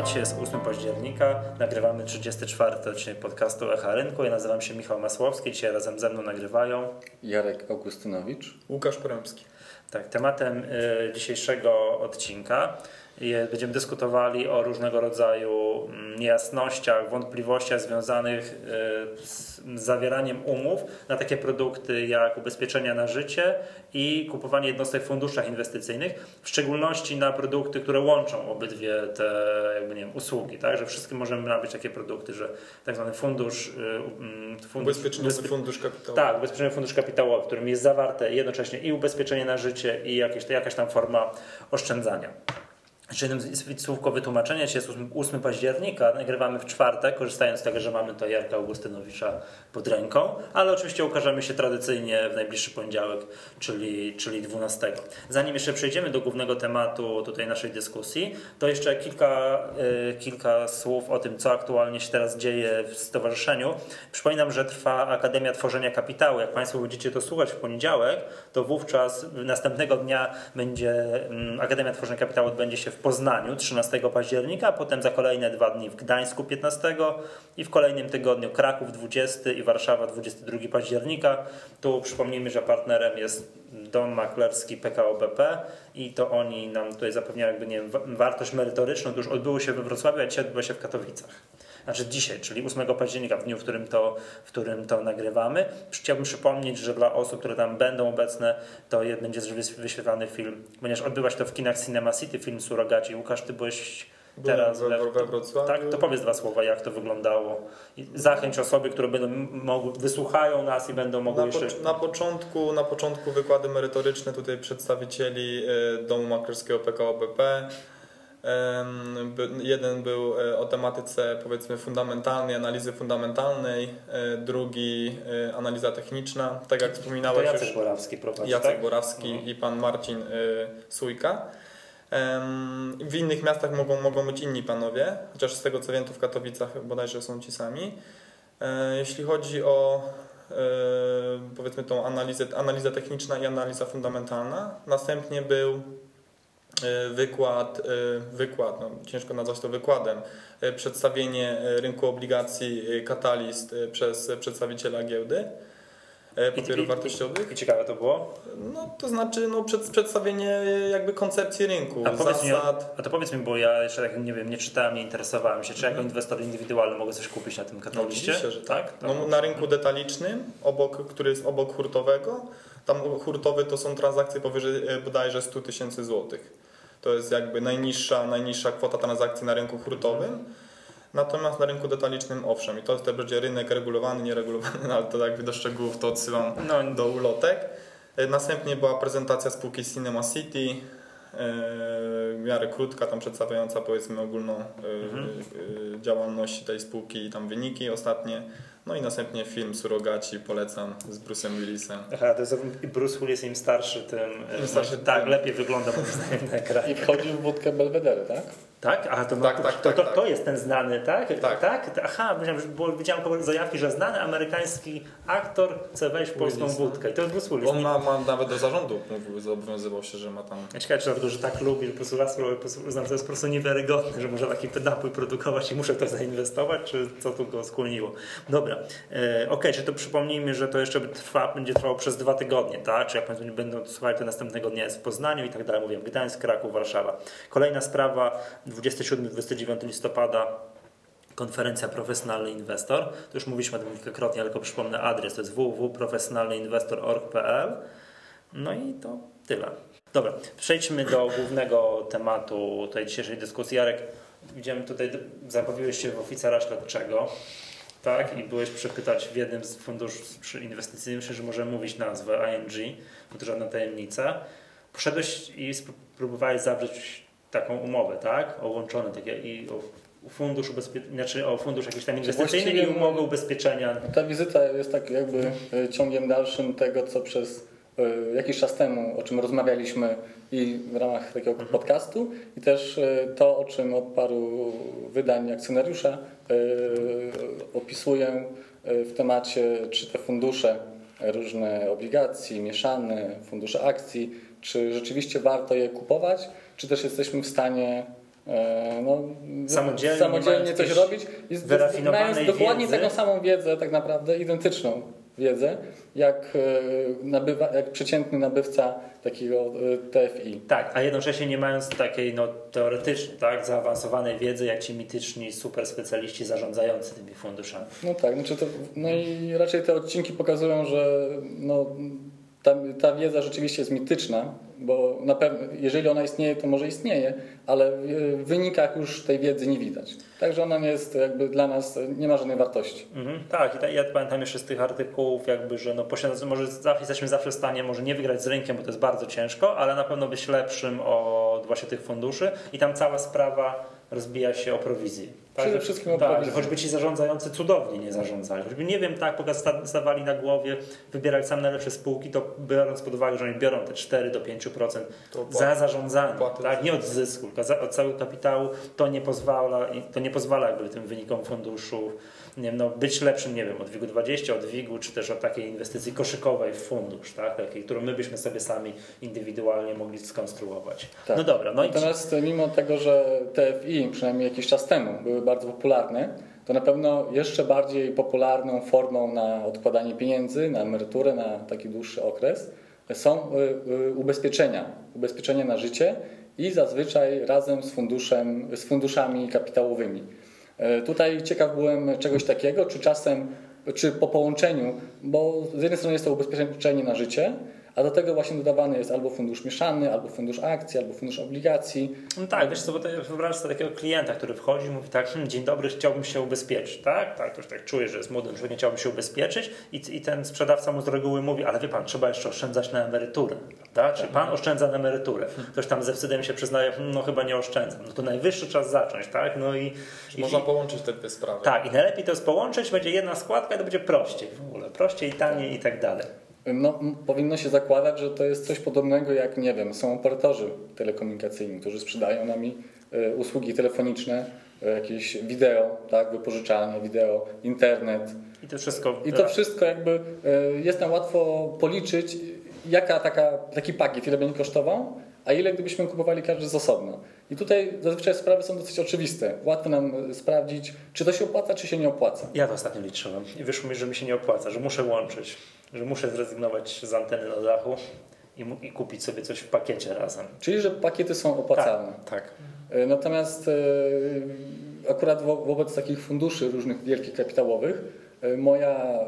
Dzisiaj jest 8 października, nagrywamy 34. odcinek podcastu Echa Rynku. Ja nazywam się Michał Masłowski, dzisiaj razem ze mną nagrywają Jarek Augustynowicz, Łukasz Poremski. Tak, tematem dzisiejszego odcinka będziemy dyskutowali o różnego rodzaju niejasnościach, wątpliwościach związanych z zawieraniem umów na takie produkty jak ubezpieczenia na życie i kupowanie jednostek w funduszach inwestycyjnych, w szczególności na produkty, które łączą obydwie te usługi, tak? Że wszystkie możemy nabyć takie produkty, że tak zwany ubezpieczeniowy fundusz kapitałowy. Tak, ubezpieczeniowy fundusz kapitałowy, w którym jest zawarte jednocześnie i ubezpieczenie na życie i jakaś tam forma oszczędzania. Jeszcze jednym słówko wytłumaczenia, dzisiaj jest 8 października, nagrywamy w czwartek, korzystając z tego, że mamy tutaj Jarka Augustynowicza pod ręką, ale oczywiście ukażemy się tradycyjnie w najbliższy poniedziałek, czyli 12. Zanim jeszcze przejdziemy do głównego tematu tutaj naszej dyskusji, to jeszcze kilka słów o tym, co aktualnie się teraz dzieje w stowarzyszeniu. Przypominam, że trwa Akademia Tworzenia Kapitału. Jak Państwo będziecie to słuchać w poniedziałek, to wówczas następnego dnia Akademia Tworzenia Kapitału odbędzie się w Poznaniu 13 października, a potem za kolejne 2 dni w Gdańsku 15 i w kolejnym tygodniu Kraków 20 i Warszawa 22 października. Tu przypomnijmy, że partnerem jest Dom Maklerski PKO BP i to oni nam tutaj zapewniają wartość merytoryczną. To już odbyło się we Wrocławiu, a dzisiaj odbywa się w Katowicach. Znaczy dzisiaj, czyli 8 października, w dniu, w którym to nagrywamy. Chciałbym przypomnieć, że dla osób, które tam będą obecne, to będzie wyświetlany film, ponieważ odbywa się to w kinach Cinema City, film Surogaci. Łukasz, ty byłeś teraz we Wrocławiu. Tak, to powiedz 2 słowa, jak to wyglądało. I zachęć osoby, które wysłuchają nas i będą mogły jeszcze... Na początku wykłady merytoryczne tutaj przedstawicieli Domu Maklerskiego PKO BP. Jeden był o tematyce powiedzmy fundamentalnej, analizy fundamentalnej, drugi analiza techniczna, tak jak wspominałeś. To Jacek Borawski prowadzi, Jacek Borawski i pan Marcin Sójka. W innych miastach mogą być inni panowie, chociaż z tego co wiem to w Katowicach bodajże są ci sami. Jeśli chodzi o powiedzmy tą analizę techniczna i analiza fundamentalna, następnie był wykład, no ciężko nazwać to wykładem, przedstawienie rynku obligacji Catalyst przez przedstawiciela giełdy papierów wartościowych. I ciekawe to było? No to znaczy przedstawienie jakby koncepcji rynku, A to powiedz mi, bo ja jeszcze tak nie czytałem, nie interesowałem się, czy jako inwestor indywidualny mogę coś kupić na tym Catalystie? No oczywiście, że tak. No, na rynku detalicznym, który jest obok hurtowego, tam hurtowy to są transakcje powyżej bodajże 100 000 złotych. To jest jakby najniższa kwota transakcji na rynku hurtowym. Natomiast na rynku detalicznym owszem, i to będzie rynek regulowany, nieregulowany, ale to jakby do szczegółów to odsyłam do ulotek. Następnie była prezentacja spółki Cinema City, w miarę krótka, tam przedstawiająca powiedzmy ogólną działalność tej spółki i tam wyniki ostatnie. No i następnie film Surogaci, polecam, z Bruce'em Willisem. Aha, to jest Bruce Willis im starszy, tak, lepiej wygląda na ekranie. I wchodził w wódkę Belvedere, tak? Tak? Aha, to jest ten znany, tak? Tak? Aha, widziałem zajawki, że znany amerykański aktor chce wejść w polską wódkę. I to jest Bruce Willis. On ma nawet do zarządu, zobowiązywał się, że ma tam... Ja ciekawe, czy że tak lubi, że po prostu uznam, to jest po prostu niewiarygodne, że może taki napój produkować i muszę w to zainwestować, czy co tu go skłoniło. Dobra, okej, czy to przypomnijmy, że to jeszcze będzie trwało przez 2 tygodnie, tak? Czy jak Państwo będą słuchali, to następnego dnia jest w Poznaniu i tak dalej. Mówiłem, Gdańsk, Kraków, Warszawa. Kolejna sprawa, 27-29 listopada konferencja Profesjonalny Inwestor. To już mówiliśmy o tym kilkakrotnie, ale tylko przypomnę adres. To jest www.profesjonalnyinwestor.org.pl. No i to tyle. Dobra, przejdźmy do głównego tematu tej dzisiejszej dyskusji. Jarek, widziałem tutaj, zabawiłeś się w oficera śledczego, tak? I byłeś przepytać w jednym z funduszy inwestycyjnych, myślę, że możemy mówić nazwę ING, bo to żadna tajemnica. Poszedłeś i spróbowałeś zawrzeć taką umowę, tak? O łączone takie i o fundusz o fundusz jakiś tam inwestycyjny i umowę ubezpieczenia. Ta wizyta jest tak jakby ciągiem dalszym tego, co przez jakiś czas temu, o czym rozmawialiśmy i w ramach takiego podcastu i też to, o czym od paru wydań akcjonariusza opisuję w temacie, czy te fundusze, różne obligacje, mieszane, fundusze akcji, czy rzeczywiście warto je kupować, czy też jesteśmy w stanie no, samodzielnie coś robić, mając dokładnie taką samą wiedzę, tak naprawdę identyczną wiedzę, jak przeciętny nabywca takiego TFI. Tak, a jednocześnie nie mając takiej teoretycznie zaawansowanej wiedzy, jak ci mityczni super specjaliści zarządzający tymi funduszami. No tak, no i raczej te odcinki pokazują, że ta wiedza rzeczywiście jest mityczna, bo na pewno, jeżeli ona istnieje, to może istnieje, ale w wynikach już tej wiedzy nie widać. Także ona nie jest jakby dla nas, nie ma żadnej wartości. Tak, i ja pamiętam jeszcze z tych artykułów, że może jesteśmy zawsze w stanie może nie wygrać z rynkiem, bo to jest bardzo ciężko, ale na pewno być lepszym od właśnie tych funduszy i tam cała sprawa rozbija się o prowizję. Przede wszystkim o prowizję. Że choćby ci zarządzający cudownie nie zarządzali, choćby nie wiem, stawali na głowie, wybierali sam najlepsze spółki, to biorąc pod uwagę, że oni biorą te 4 do 5% za zarządzanie, tak? Nie od zysku, tylko od całego kapitału, to nie pozwala jakby tym wynikom funduszu być lepszym, nie wiem, od WIG-20, od WIG-u, czy też od takiej inwestycji koszykowej w fundusz, tak? Takiej, którą my byśmy sobie sami indywidualnie mogli skonstruować. Tak. No dobra. Natomiast mimo tego, że TFI przynajmniej jakiś czas temu były bardzo popularne, to na pewno jeszcze bardziej popularną formą na odkładanie pieniędzy, na emeryturę, na taki dłuższy okres są ubezpieczenia na życie i zazwyczaj razem z funduszami kapitałowymi. Tutaj ciekaw byłem czegoś takiego, czy po połączeniu, bo z jednej strony jest to ubezpieczenie na życie, a do tego właśnie dodawany jest albo fundusz mieszany, albo fundusz akcji, albo fundusz obligacji. No tak, wiesz co, bo wyobraź sobie takiego klienta, który wchodzi i mówi tak, dzień dobry, chciałbym się ubezpieczyć, tak, to już tak czuje, że jest młodym człowiekiem, chciałbym się ubezpieczyć i ten sprzedawca mu z reguły mówi, ale wie pan, trzeba jeszcze oszczędzać na emeryturę, prawda? Czy pan oszczędza na emeryturę? Ktoś tam ze wstydem się przyznaje, no chyba nie oszczędzam, no to najwyższy czas zacząć, tak? Można połączyć te dwie sprawy. Tak, i najlepiej to jest połączyć, będzie jedna składka i to będzie prościej w ogóle, prościej, taniej i tak dalej. No, powinno się zakładać, że to jest coś podobnego jak, nie wiem, są operatorzy telekomunikacyjni, którzy sprzedają nam usługi telefoniczne, jakieś wideo, tak, wypożyczalnie wideo, internet. I to wszystko jakby jest nam łatwo policzyć, taki pakiet, ile będzie kosztował, a ile gdybyśmy kupowali każdy z osobna. I tutaj zazwyczaj sprawy są dosyć oczywiste. Łatwo nam sprawdzić, czy to się opłaca, czy się nie opłaca. Ja to ostatnio liczyłem i wyszło mi, że mi się nie opłaca, że muszę łączyć, że muszę zrezygnować z anteny na dachu i kupić sobie coś w pakiecie razem. Czyli, że pakiety są opłacalne. Tak. Natomiast akurat wobec takich funduszy różnych wielkich kapitałowych moja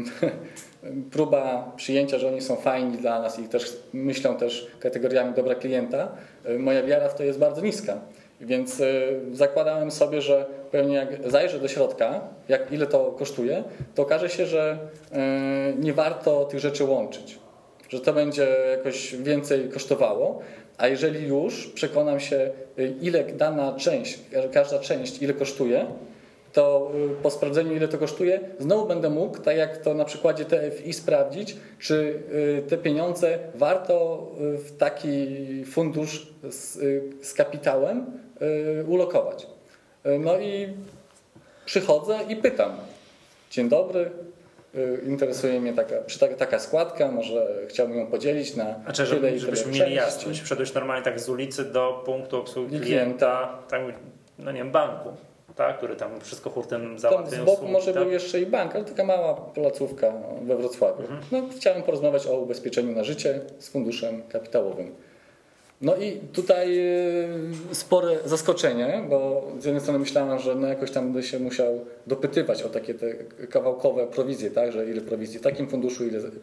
próba przyjęcia, że oni są fajni dla nas i też myślą też kategoriami dobra klienta, moja wiara w to jest bardzo niska. Więc zakładałem sobie, że pewnie jak zajrzę do środka, ile to kosztuje, to okaże się, że nie warto tych rzeczy łączyć. Że to będzie jakoś więcej kosztowało, a jeżeli już przekonam się, ile dana część, każda część, ile kosztuje, to po sprawdzeniu, ile to kosztuje, znowu będę mógł, tak jak to na przykładzie TFI, sprawdzić, czy te pieniądze warto w taki fundusz z kapitałem ulokować. No i przychodzę i pytam. Dzień dobry, interesuje mnie taka składka, może chciałbym ją podzielić na żebyśmy mieli jasność. Wszedłeś normalnie tak z ulicy do punktu obsługi klienta, banku. Tak, który tam wszystko hurtem załatwia. Z boku może był jeszcze i bank, ale taka mała placówka we Wrocławiu. No, chciałem porozmawiać o ubezpieczeniu na życie z funduszem kapitałowym. No i tutaj spore zaskoczenie, bo z jednej strony myślałem, że jakoś tam będę się musiał dopytywać o takie te kawałkowe prowizje, tak, że ile prowizji w takim funduszu,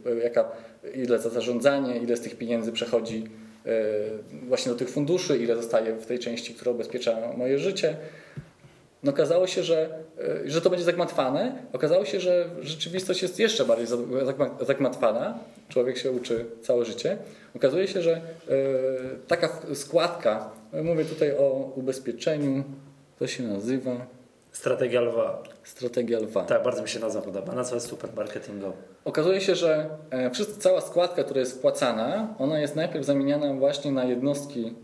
ile za zarządzanie, ile z tych pieniędzy przechodzi właśnie do tych funduszy, ile zostaje w tej części, która ubezpiecza moje życie. No okazało się, że to będzie zagmatwane. Okazało się, że rzeczywistość jest jeszcze bardziej zagmatwana. Człowiek się uczy całe życie. Okazuje się, że taka składka, mówię tutaj o ubezpieczeniu, to się nazywa... Strategia lwa. Strategia lwa. Tak, bardzo mi się nazwa podoba. Nazwa jest super marketingowa. Okazuje się, że cała składka, która jest wpłacana, ona jest najpierw zamieniana właśnie na jednostki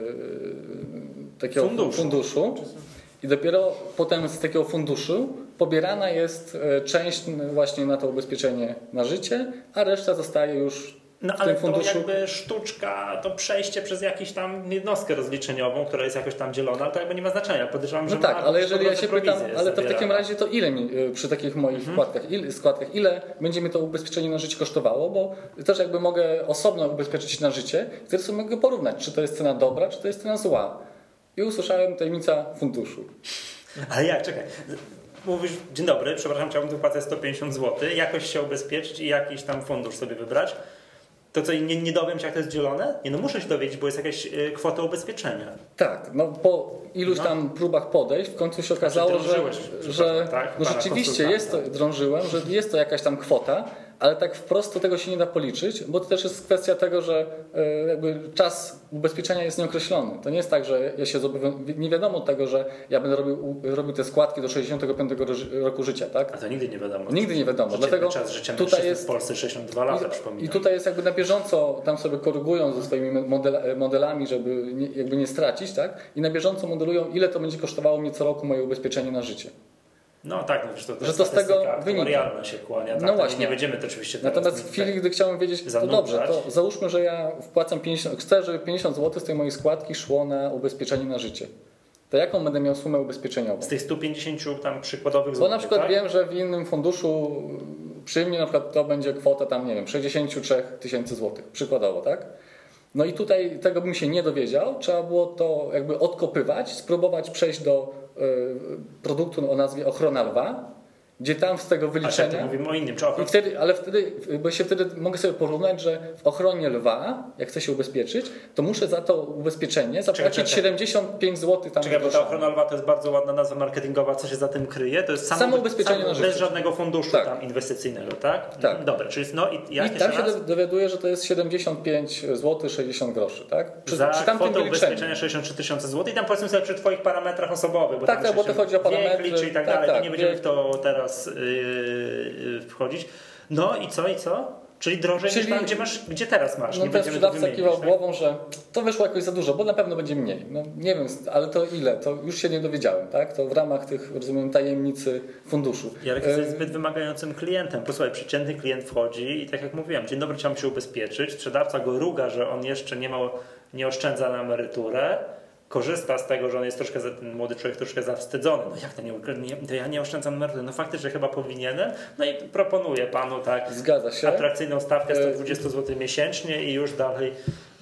takiego funduszu. I dopiero potem z takiego funduszu pobierana jest część właśnie na to ubezpieczenie na życie, a reszta zostaje już No ale to jakby sztuczka, to przejście przez jakąś tam jednostkę rozliczeniową, która jest jakoś tam dzielona, ale to jakby nie ma znaczenia. Podejrzewam, że no tak, ale jeżeli ja się pytam, ale to w takim razie to ile mi przy takich moich składkach, ile będzie mi to ubezpieczenie na życie kosztowało, bo też jakby mogę osobno ubezpieczyć się na życie, wtedy sobie mogę porównać, czy to jest cena dobra, czy to jest cena zła. I usłyszałem tajemnica funduszu. Ale jak? Czekaj. Mówisz, dzień dobry, przepraszam, chciałbym wypłacać 150 zł, jakoś się ubezpieczyć i jakiś tam fundusz sobie wybrać. To co, nie dowiem się, jak to jest dzielone? Nie, no muszę się dowiedzieć, bo jest jakaś kwota ubezpieczenia. Tak, no po iluś tam próbach podejść, w końcu się okazało, że tak? no rzeczywiście drążyłem, że jest to jakaś tam kwota, ale tak wprost do tego się nie da policzyć, bo to też jest kwestia tego, że jakby czas ubezpieczenia jest nieokreślony. To nie jest tak, że ja się nie wiadomo tego, że ja będę robił te składki do 65 roku życia, tak? A to nigdy nie wiadomo. Nigdy nie wiadomo. Dlatego czas życia tutaj jest w Polsce 62 lata, przypominam. I tutaj jest jakby na bieżąco, tam sobie korygują ze swoimi modelami, żeby jakby nie stracić, tak? I na bieżąco modelują, ile to będzie kosztowało mnie co roku moje ubezpieczenie na życie. No tak, no, że to z tego wynika. Się kłania, tak? No właśnie. Nie będziemy to oczywiście natomiast w chwili, gdy chciałem wiedzieć, to dobrze, to załóżmy, że ja wpłacam 50, chcę, żeby 50 zł z tej mojej składki szło na ubezpieczenie na życie. To jaką będę miał sumę ubezpieczeniową? Z tych 150 tam przykładowych złotych. Bo na przykład wiem, że w innym funduszu przy mnie na przykład to będzie kwota tam, nie wiem, 63 tysięcy złotych. Przykładowo, tak? No i tutaj tego bym się nie dowiedział. Trzeba było to jakby odkopywać, spróbować przejść do produktu o nazwie Ochrona Lwa, gdzie tam z tego wyliczenia... A mówimy o innym. Bo wtedy mogę sobie porównać, że w ochronie lwa, jak chcę się ubezpieczyć, to muszę za to ubezpieczenie zapłacić 75 zł. Czekaj, bo ta ochrona lwa to jest bardzo ładna nazwa marketingowa, co się za tym kryje. To jest samo ubezpieczenie na życie. Bez żadnego funduszu tam inwestycyjnego, tak? Tak. Dobra, czyli I tam się dowiaduję, że to jest 75 zł 60 groszy, tak? Za kwotę ubezpieczenia 63 tysiące złotych i tam powiedzmy sobie przy Twoich parametrach osobowych. Bo tak, bo to chodzi o parametry. Wiek liczy i tak dalej. To nie będziemy w to teraz wchodzić. No i co? Czyli drożej niż tam, gdzie teraz masz. No ten sprzedawca kiwał głową, że to wyszło jakoś za dużo, bo na pewno będzie mniej. No nie wiem, ale to ile? To już się nie dowiedziałem, tak? To w ramach tych, rozumiem, tajemnicy funduszu. Jarek jest zbyt wymagającym klientem. Posłuchaj, przeciętny klient wchodzi i tak jak mówiłem, dzień dobry, chciałem się ubezpieczyć. Sprzedawca go ruga, że on jeszcze nie oszczędza na emeryturę. Korzysta z tego, że on jest troszkę, ten młody człowiek troszkę zawstydzony. No jak to ja nie oszczędzam emerytury? No faktycznie chyba powinienem. No i proponuję panu tak Zgadza się. Atrakcyjną stawkę 120 zł miesięcznie i już dalej.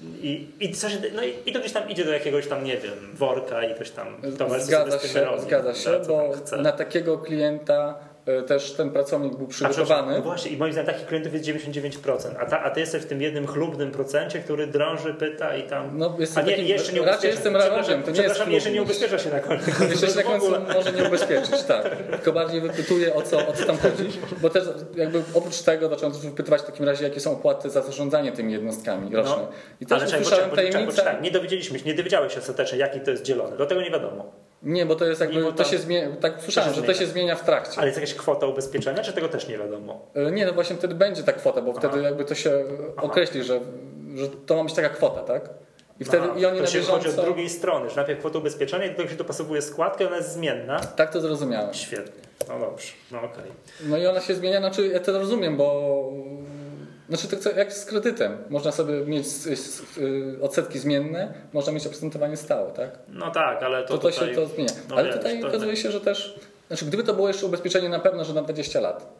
I to gdzieś tam idzie do jakiegoś tam, nie wiem, worka i coś tam. Zgadza się, bo na takiego klienta też ten pracownik był przygotowany. No właśnie, i moim zdaniem takich klientów jest 99%, a ty jesteś w tym jednym chlubnym procencie, który drąży, pyta i tam... No, jeszcze nie raczej jestem rarowiem, to nie jest jeszcze nie ubezpiecza się na końcu. Jeszcze się na końcu może nie ubezpieczyć, tak. Tylko bardziej wypytuje, o co tam chodzi, bo też jakby oprócz tego zacząłem też wypytywać w takim razie, jakie są opłaty za zarządzanie tymi jednostkami roczne. No, i też usłyszałem tajemnicę... Nie dowiedziałeś się ostatecznie, jaki to jest dzielony, do tego nie wiadomo. Nie, bo to jest jakby, to się zmienia, tak słyszałem, że to się zmienia w trakcie. Ale jest jakaś kwota ubezpieczenia, czy tego też nie wiadomo? Nie, no właśnie wtedy będzie ta kwota, bo wtedy jakby to się określi, że to ma być taka kwota, tak? I wtedy i oni to na się bieżąco... chodzi od drugiej strony, że najpierw kwota ubezpieczenia i do tego się dopasowuje składkę, ona jest zmienna. Tak to zrozumiałem. Świetnie, no dobrze, no okej. No i ona się zmienia, znaczy ja to rozumiem, bo... Znaczy to jak z kredytem. Można sobie mieć odsetki zmienne, można mieć oprocentowanie stałe, tak? No tak, ale to tutaj... się to zmienia. No ale tutaj okazuje się, że też... Znaczy gdyby to było jeszcze ubezpieczenie na pewno, że na 20 lat.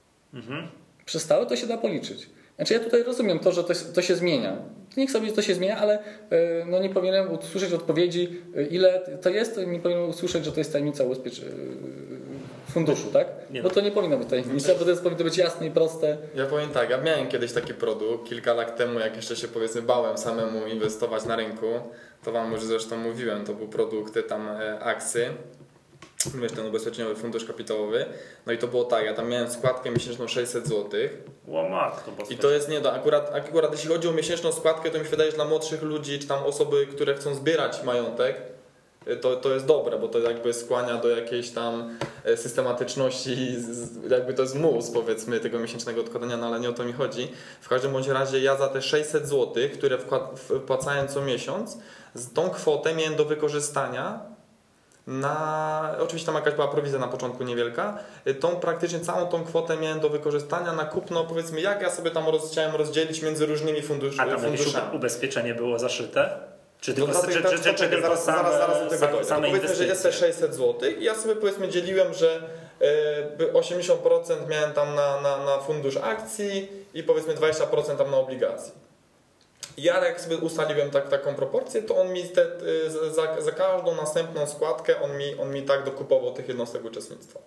Przy stałe to się da policzyć. Znaczy ja tutaj rozumiem to, że to się zmienia. Niech sobie to się zmienia, ale no nie powinienem usłyszeć odpowiedzi, ile to jest, nie powinienem usłyszeć, że to jest tajemnica funduszu, tak? Bo to nie powinno być tajemnica, bo to powinno być jasne i proste. Ja powiem tak, ja miałem kiedyś taki produkt, kilka lat temu, jak jeszcze się powiedzmy bałem samemu inwestować na rynku, to wam już zresztą mówiłem, to był produkt tam akcje, ten ubezpieczeniowy fundusz kapitałowy, no i to było tak, ja tam miałem składkę miesięczną 600 zł. Łomatko, i to jest nie, akurat jeśli chodzi o miesięczną składkę, to mi się wydaje, że dla młodszych ludzi, czy tam osoby, które chcą zbierać majątek, to jest dobre, bo to jakby skłania do jakiejś tam systematyczności, jakby to jest mus, powiedzmy, tego miesięcznego odkładania, no ale nie o to mi chodzi. W każdym bądź razie ja za te 600 zł, które wpłacałem co miesiąc, tą kwotę miałem do wykorzystania oczywiście tam jakaś była prowizja na początku niewielka, praktycznie całą tą kwotę miałem do wykorzystania na kupno, powiedzmy, jak ja sobie tam chciałem rozdzielić między różnymi funduszami. A tam jakieś ubezpieczenie było zaszyte? Czy tylko zaraz do tego dojdę. Powiedzmy, że jest te 600 zł i ja sobie powiedzmy dzieliłem, że 80% miałem tam na fundusz akcji i powiedzmy 20% tam na obligacji. Ja jak sobie ustaliłem taką proporcję, to on mi za każdą następną składkę on mi tak dokupował tych jednostek uczestnictwa.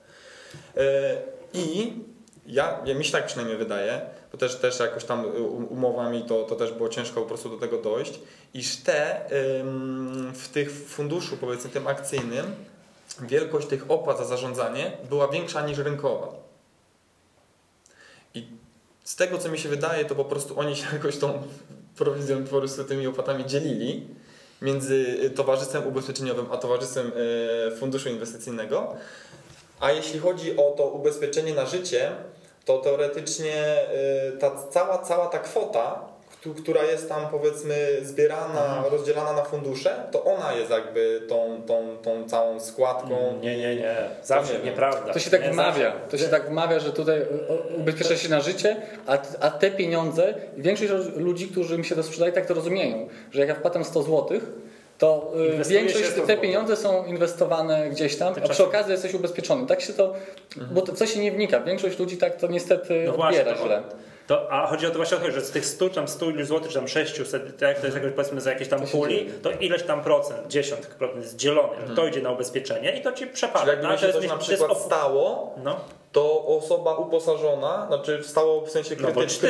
I mi się tak przynajmniej wydaje, bo też jakoś tam umowami to też było ciężko po prostu do tego dojść, iż w tych funduszu, powiedzmy tym akcyjnym, wielkość tych opłat za zarządzanie była większa niż rynkowa. I z tego co mi się wydaje, to po prostu oni się jakoś tą prowizją, po prostu tymi opłatami dzielili między towarzystwem ubezpieczeniowym a towarzystwem funduszu inwestycyjnego. A jeśli chodzi o to ubezpieczenie na życie, to teoretycznie cała ta kwota, która jest tam powiedzmy zbierana, rozdzielana na fundusze, to ona jest jakby tą całą składką. Nie. Zawsze nieprawda. To się tak wmawia. To się tak wmawia, że tutaj ubezpiecza się na życie, a te pieniądze, większość ludzi, którzy mi się to sprzedaje, tak to rozumieją, że jak ja wpłacam 100 zł, to większość te pieniądze są inwestowane gdzieś tam, a przy okazji jesteś ubezpieczony. Tak się to, bo to się nie wnika. Większość ludzi tak to niestety odbiera źle. A chodzi o to właśnie, że z tych 100 iluś złotych, czy tam 600, tak, to jest jakoś powiedzmy za jakieś tam puli, to ileś tam procent, 10% jest dzielone, że to idzie na ubezpieczenie i to ci przepada. Czyli jakby mi się coś na przykład stało, to osoba uposażona, znaczy stało w sensie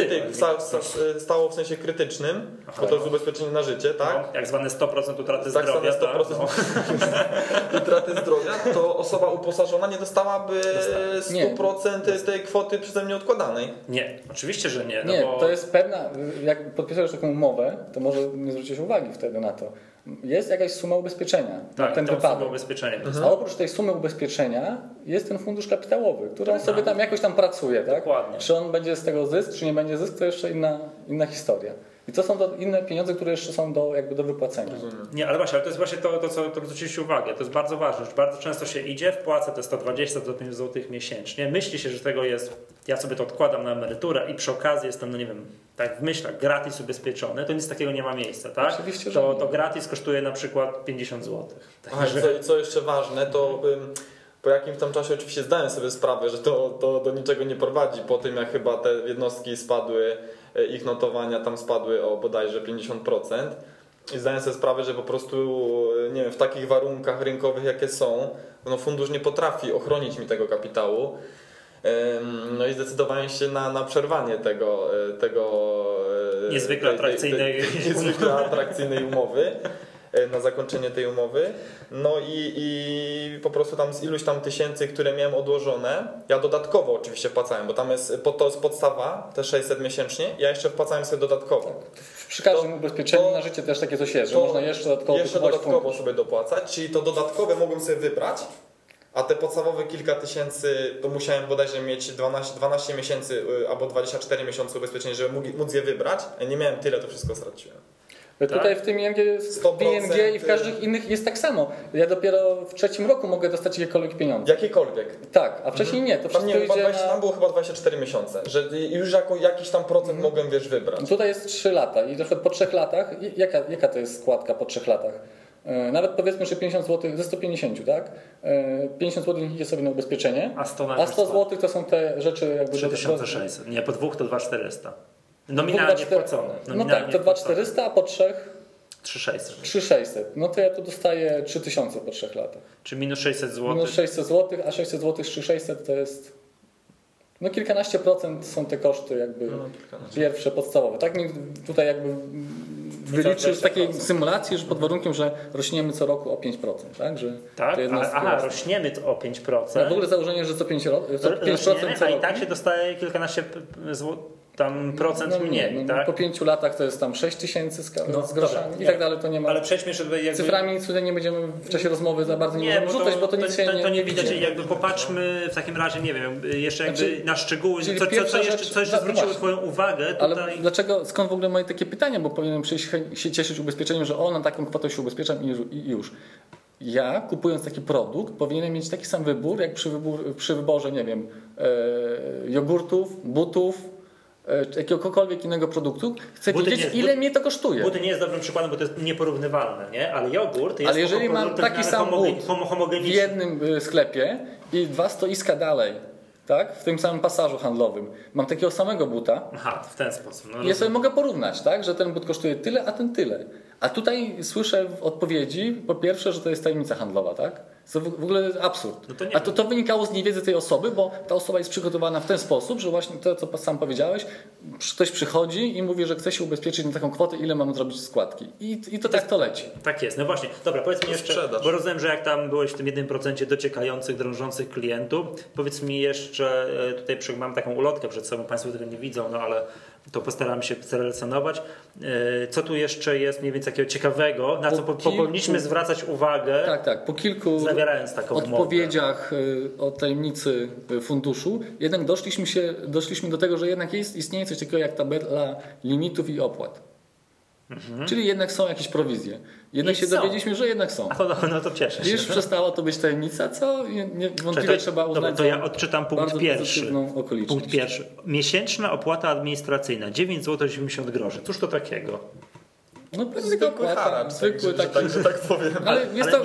stało w sensie krytycznym, bo to jest ubezpieczenie na życie, tak? No, jak zwane 100% utraty tak zdrowia. 100% utraty zdrowia, to osoba uposażona nie dostałaby 100% tej kwoty przeze mnie odkładanej. Nie, oczywiście, że nie. Nie, to jest pewna, jak podpisujesz taką umowę, to może nie zwrócisz uwagi wtedy na to. Jest jakaś suma ubezpieczenia na ten wypadek. A oprócz tej sumy ubezpieczenia jest ten fundusz kapitałowy, który on sobie tam jakoś tam pracuje. Tak? Dokładnie. Czy on będzie z tego zysk, czy nie będzie zysk, to jeszcze inna historia. I to są inne pieniądze, które jeszcze są do wypłacenia. Nie, ale właśnie, ale to jest właśnie to co zwróciliście uwagę. To jest bardzo ważne. Już bardzo często się idzie, wpłacę te 120-105 zł miesięcznie. Myśli się, że z tego jest, ja sobie to odkładam na emeryturę i przy okazji jestem, no nie wiem, tak w myślach, gratis ubezpieczony, to nic takiego nie ma miejsca, tak? Oczywiście, to gratis kosztuje na przykład 50 zł. Co jeszcze ważne, to po jakimś tam czasie oczywiście zdałem sobie sprawę, że to do niczego nie prowadzi. Po tym jak chyba te jednostki spadły, ich notowania tam spadły o bodajże 50%. I zdałem sobie sprawę, że po prostu nie wiem, w takich warunkach rynkowych jakie są, fundusz nie potrafi ochronić mi tego kapitału. No i zdecydowałem się na przerwanie tego niezwykle atrakcyjnej umowy, na zakończenie tej umowy. No i po prostu tam z iluś tam tysięcy, które miałem odłożone, ja dodatkowo oczywiście wpłacałem, bo tam jest podstawa, te 600 miesięcznie, ja jeszcze wpłacałem sobie dodatkowo. Przy każdym ubezpieczeniu na życie też takie coś jest, że można jeszcze dodatkowo sobie dopłacać, czyli to dodatkowe mogłem sobie wybrać, a te podstawowe kilka tysięcy, to musiałem bodajże mieć 12 miesięcy albo 24 miesiące ubezpieczenia, żeby móc je wybrać. Ja nie miałem tyle, to wszystko straciłem. Tutaj w tym ING i w każdych innych jest tak samo. Ja dopiero w 3. roku mogę dostać jakiekolwiek pieniądze. Jakiekolwiek. Tak, a wcześniej nie. To wszystko tam było chyba 24 miesiące, że już jakiś tam procent mogłem wybrać. Tutaj jest 3 lata i na przykład po 3 latach, jaka to jest składka po 3 latach? Nawet powiedzmy, że 50 zł ze 150, tak? 50 zł idzie sobie na ubezpieczenie, a 100 zł to są te rzeczy jakby 3600. Nie, po 2 to 2400. Nominalnie wpłacone. No tak, to 2400, a po 3 3600. 3600. No to ja tu dostaję 3000 po 3 latach. Czy minus 600 zł? Minus 600 zł, a 600 zł z 3600 to jest kilkanaście procent są te koszty jakby pierwsze, podstawowe. Tak mi tutaj jakby wyliczył z takiej symulacji, że pod warunkiem, że rośniemy co roku o 5%. Tak, rośniemy o 5%. No w ogóle założenie, że co 5% co a i tak się dostaje kilkanaście procent mniej. Tak? Po 5 latach to jest tam 6000 z groszami i tak dalej. To nie ma. Ale przejdźmy jeszcze tutaj cyframi nic tutaj nie będziemy w czasie rozmowy za bardzo nie możemy rzucać, bo to nic się nie widać. Jakby popatrzmy w takim razie, nie wiem, jeszcze jakby na szczegóły, co jeszcze zwróciło twoją uwagę tutaj. Ale dlaczego, skąd w ogóle moje takie pytania, bo powinienem się cieszyć ubezpieczeniem, że na taką kwotę się ubezpieczam i już. ja kupując taki produkt powinienem mieć taki sam wybór, jak przy wyborze, nie wiem, jogurtów, butów, jakiegokolwiek innego produktu. Chcę wiedzieć, ile mnie to kosztuje. Buty nie jest dobrym przykładem, bo to jest nieporównywalne, nie? Ale jogurt jest Ale jeżeli mam taki sam but w jednym sklepie i 2 stoiska dalej, tak? W tym samym pasażu handlowym mam takiego samego buta. Aha, w ten sposób. Ja sobie mogę porównać, tak? Że ten but kosztuje tyle, a ten tyle. A tutaj słyszę w odpowiedzi, po pierwsze, że to jest tajemnica handlowa, tak? To w ogóle absurd. A to wynikało z niewiedzy tej osoby, bo ta osoba jest przygotowana w ten sposób, że właśnie to, co sam powiedziałeś, ktoś przychodzi i mówi, że chce się ubezpieczyć na taką kwotę, ile mam zrobić składki. I to tak to leci. Tak jest. No właśnie. Dobra, powiedz mi jeszcze, bo rozumiem, że jak tam byłeś w tym 1% dociekających, drążących klientów, powiedz mi jeszcze, tutaj mam taką ulotkę przed sobą, Państwo tego nie widzą, no ale to postaram się zrelacjonować. Co tu jeszcze jest mniej więcej takiego ciekawego, na co powinniśmy zwracać uwagę? Tak. Po kilku zawierając taką odpowiedziach o tajemnicy funduszu, jednak doszliśmy do tego, że jednak istnieje coś takiego jak tabela limitów i opłat. Czyli jednak są jakieś prowizje. Jednak się dowiedzieliśmy, że jednak są. No to cieszę się. Już przestała to być tajemnica, co niewątpliwie trzeba uznać. To ja odczytam punkt pierwszy. Punkt pierwszy. Miesięczna opłata administracyjna 9,80 zł. Cóż to takiego? No zwykły haracz, zwykły taki, że tak powiem. Ale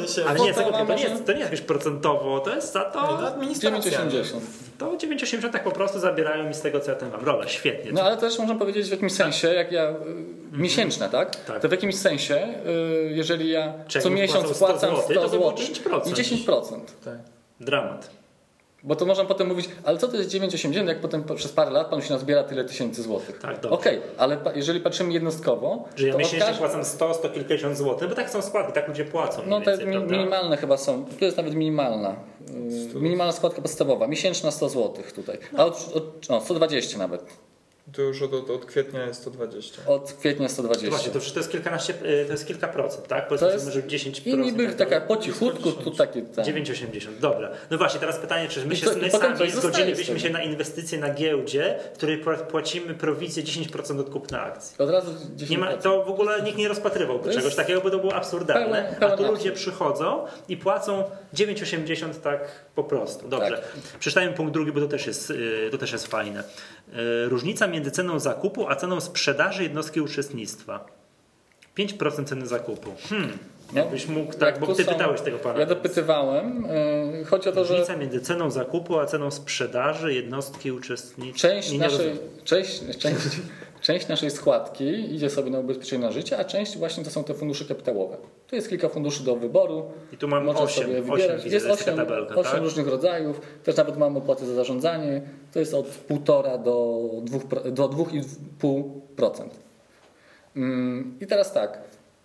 to nie jest jakieś procentowo, to jest za to 9,80. To 9,80 tak po prostu zabierają mi z tego, co ja tam mam. Dobra, świetnie. No ale też można powiedzieć w jakimś sensie, jak ja miesięczne, tak? To w jakimś sensie, jeżeli ja co miesiąc płacam 100 zł i 10%. Tak. Dramat. Bo to można potem mówić, ale co to jest 9,80, jak potem przez parę lat pan się nazbiera tyle tysięcy złotych. Tak, Okej, ale jeżeli patrzymy jednostkowo... Że ja miesięcznie płacam 100 kilkadziesiąt złotych, bo tak są składki, tak ludzie płacą. No te minimalne chyba są, tu jest nawet minimalna. Minimalna składka podstawowa, miesięczna 100 złotych tutaj. A 120 nawet. To już od kwietnia jest 120. Od kwietnia 120. Właśnie, to jest kilkanaście, to jest kilka procent, tak? Powiedzmy, że 10%. I niby taka po cichutku, tu takie... 9,80, dobra. No właśnie, teraz pytanie, czy my sami zgodzilibyśmy się na inwestycje na giełdzie, w której płacimy prowizję 10% od kupna akcji. Od razu 10%. To w ogóle nikt nie rozpatrywałby czegoś takiego, bo to było absurdalne. A tu ludzie przychodzą i płacą 9,80 tak po prostu. Dobrze. Tak. Przeczytajmy punkt drugi, bo to też jest fajne. Różnica między ceną zakupu a ceną sprzedaży jednostki uczestnictwa. 5% ceny zakupu. Jakbyś mógł, tak, bo ty pytałeś tego pana. Ja dopytywałem. Chodzi o to, że... Różnica między ceną zakupu a ceną sprzedaży jednostki uczestnictwa. Część naszej składki idzie sobie na ubezpieczenie na życie, a część właśnie to są te fundusze kapitałowe. Tu jest kilka funduszy do wyboru. I tu mamy 8 jest 8 tak? różnych rodzajów. Też nawet mamy opłaty za zarządzanie. To jest od 1,5 do 2,5%. I teraz tak.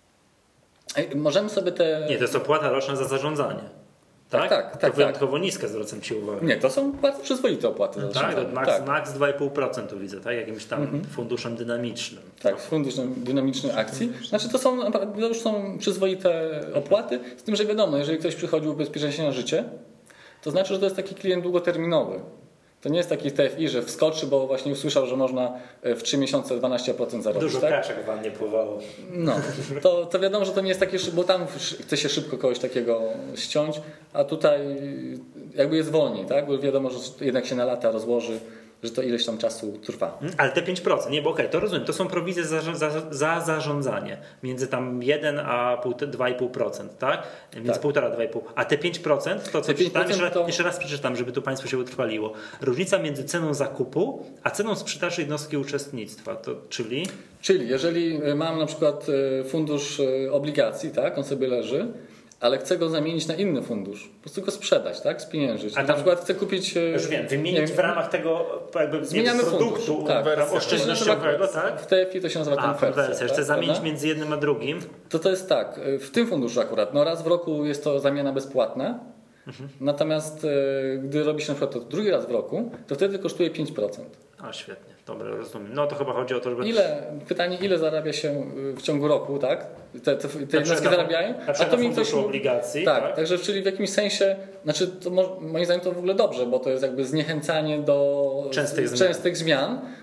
Możemy sobie te... Nie, to jest opłata roczna za zarządzanie. Tak. To wyjątkowo niska, zwracam Ci uwagę. Nie, to są bardzo przyzwoite opłaty. Max 2,5% widzę, tak? Jakimś tam funduszem dynamicznym. Tak, funduszem dynamicznych akcji. Znaczy to już są przyzwoite opłaty, z tym, że wiadomo, jeżeli ktoś przychodzi ubezpieczać się na życie, to znaczy, że to jest taki klient długoterminowy. To nie jest taki TFI, że wskoczy, bo właśnie usłyszał, że można w 3 miesiące 12% zarobić. Dużo kaczek wam nie pływało. No, to wiadomo, że to nie jest takie, bo tam chce się szybko kogoś takiego ściąć, a tutaj jakby jest wolniej, tak? Bo wiadomo, że jednak się na lata rozłoży, że to ileś tam czasu trwa. Ale te 5%, nie, bo okej, to rozumiem, to są prowizje za zarządzanie między tam 1 a 2,5%, tak? Między 1,5-2,5. A te 5%, to co przeczytałem, jeszcze raz przeczytam, żeby tu Państwu się utrwaliło. Różnica między ceną zakupu a ceną sprzedaży jednostki uczestnictwa, to czyli? Czyli jeżeli mam na przykład fundusz obligacji, tak, on sobie leży, ale chcę go zamienić na inny fundusz. Po prostu go sprzedać, tak? Spieniężyć. A na przykład chcę kupić... Już wiem, wymienić w ramach tego zmieniamy produktu oszczędnościowego, tak? W TFI to się nazywa konwersja. Chcę zamienić między jednym a drugim. To jest tak, w tym funduszu akurat, raz w roku jest to zamiana bezpłatna, natomiast gdy robi się na przykład to drugi raz w roku, to wtedy kosztuje 5%. A świetnie, dobra, rozumiem. No to chyba chodzi o to, żeby... Pytanie, ile zarabia się w ciągu roku, tak? Te jednostki zarabiają? A to mi coś obligacji. Tak, także czyli w jakimś sensie, znaczy to moim zdaniem to w ogóle dobrze, bo to jest jakby zniechęcanie do częstych zmian,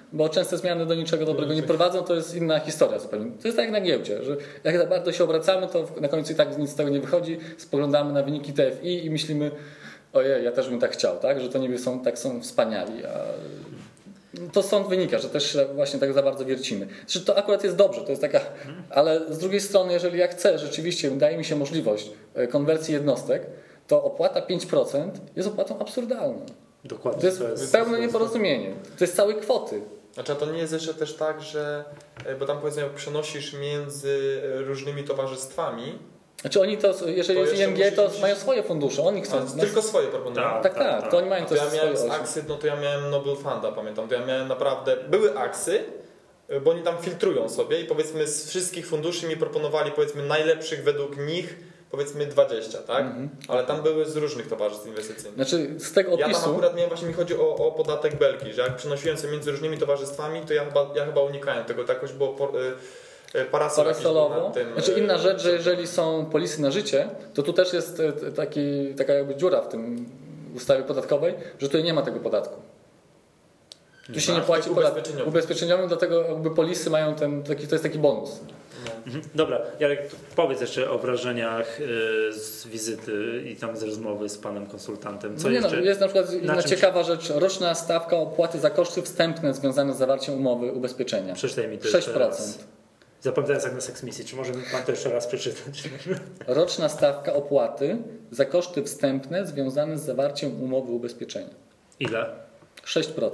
bo częste zmiany do niczego dobrego nie prowadzą, to jest inna historia zupełnie. To jest tak jak na giełdzie, że jak za bardzo się obracamy, to na końcu i tak nic z tego nie wychodzi, spoglądamy na wyniki TFI i myślimy, ojej, ja też bym tak chciał, tak? Że to niby są wspaniali, a to stąd wynika, że też właśnie tak za bardzo wiercimy. Znaczy, to akurat jest dobrze, to jest taka, ale z drugiej strony, jeżeli ja chcę, rzeczywiście daje mi się możliwość konwersji jednostek, to opłata 5% jest opłatą absurdalną. Dokładnie. To jest pełne nieporozumienie. To jest całej kwoty. Znaczy, a to nie jest jeszcze też tak, że, bo tam powiedzmy, jak przenosisz między różnymi towarzystwami, Znaczy oni to, jeżeli to jest IMG, to mają swoje fundusze, oni chcą. tylko swoje proponują. Tak, to oni mają to też ja miałem swoje z Aksy, no to ja miałem Noble Funda, pamiętam, to ja miałem naprawdę, były Aksy, bo oni tam filtrują sobie i powiedzmy z wszystkich funduszy mi proponowali powiedzmy najlepszych według nich powiedzmy 20, tak? Ale tam były z różnych towarzystw inwestycyjnych. Znaczy z tego opisu... Ja tam akurat miałem, właśnie mi chodzi o podatek Belki, że jak przenosiłem sobie między różnymi towarzystwami, to ja chyba unikałem tego, to jakoś było parasolowo. Znaczy inna rzecz, że jeżeli są polisy na życie, to tu też jest taka jakby dziura w tym ustawie podatkowej, że tutaj nie ma tego podatku. Tu się nie płaci podatku ubezpieczeniowym, dlatego jakby polisy mają to jest taki bonus. Dobra, Jarek, powiedz jeszcze o wrażeniach z wizyty i tam z rozmowy z panem konsultantem. Co jeszcze? Jest na przykład inna ciekawa rzecz. Roczna stawka opłaty za koszty wstępne związane z zawarciem umowy ubezpieczenia. Przeczytaj mi to 6%. Zapamiętałem jak na Seksmisji. Czy może pan to jeszcze raz przeczytać? Roczna stawka opłaty za koszty wstępne związane z zawarciem umowy ubezpieczenia. Ile? 6%.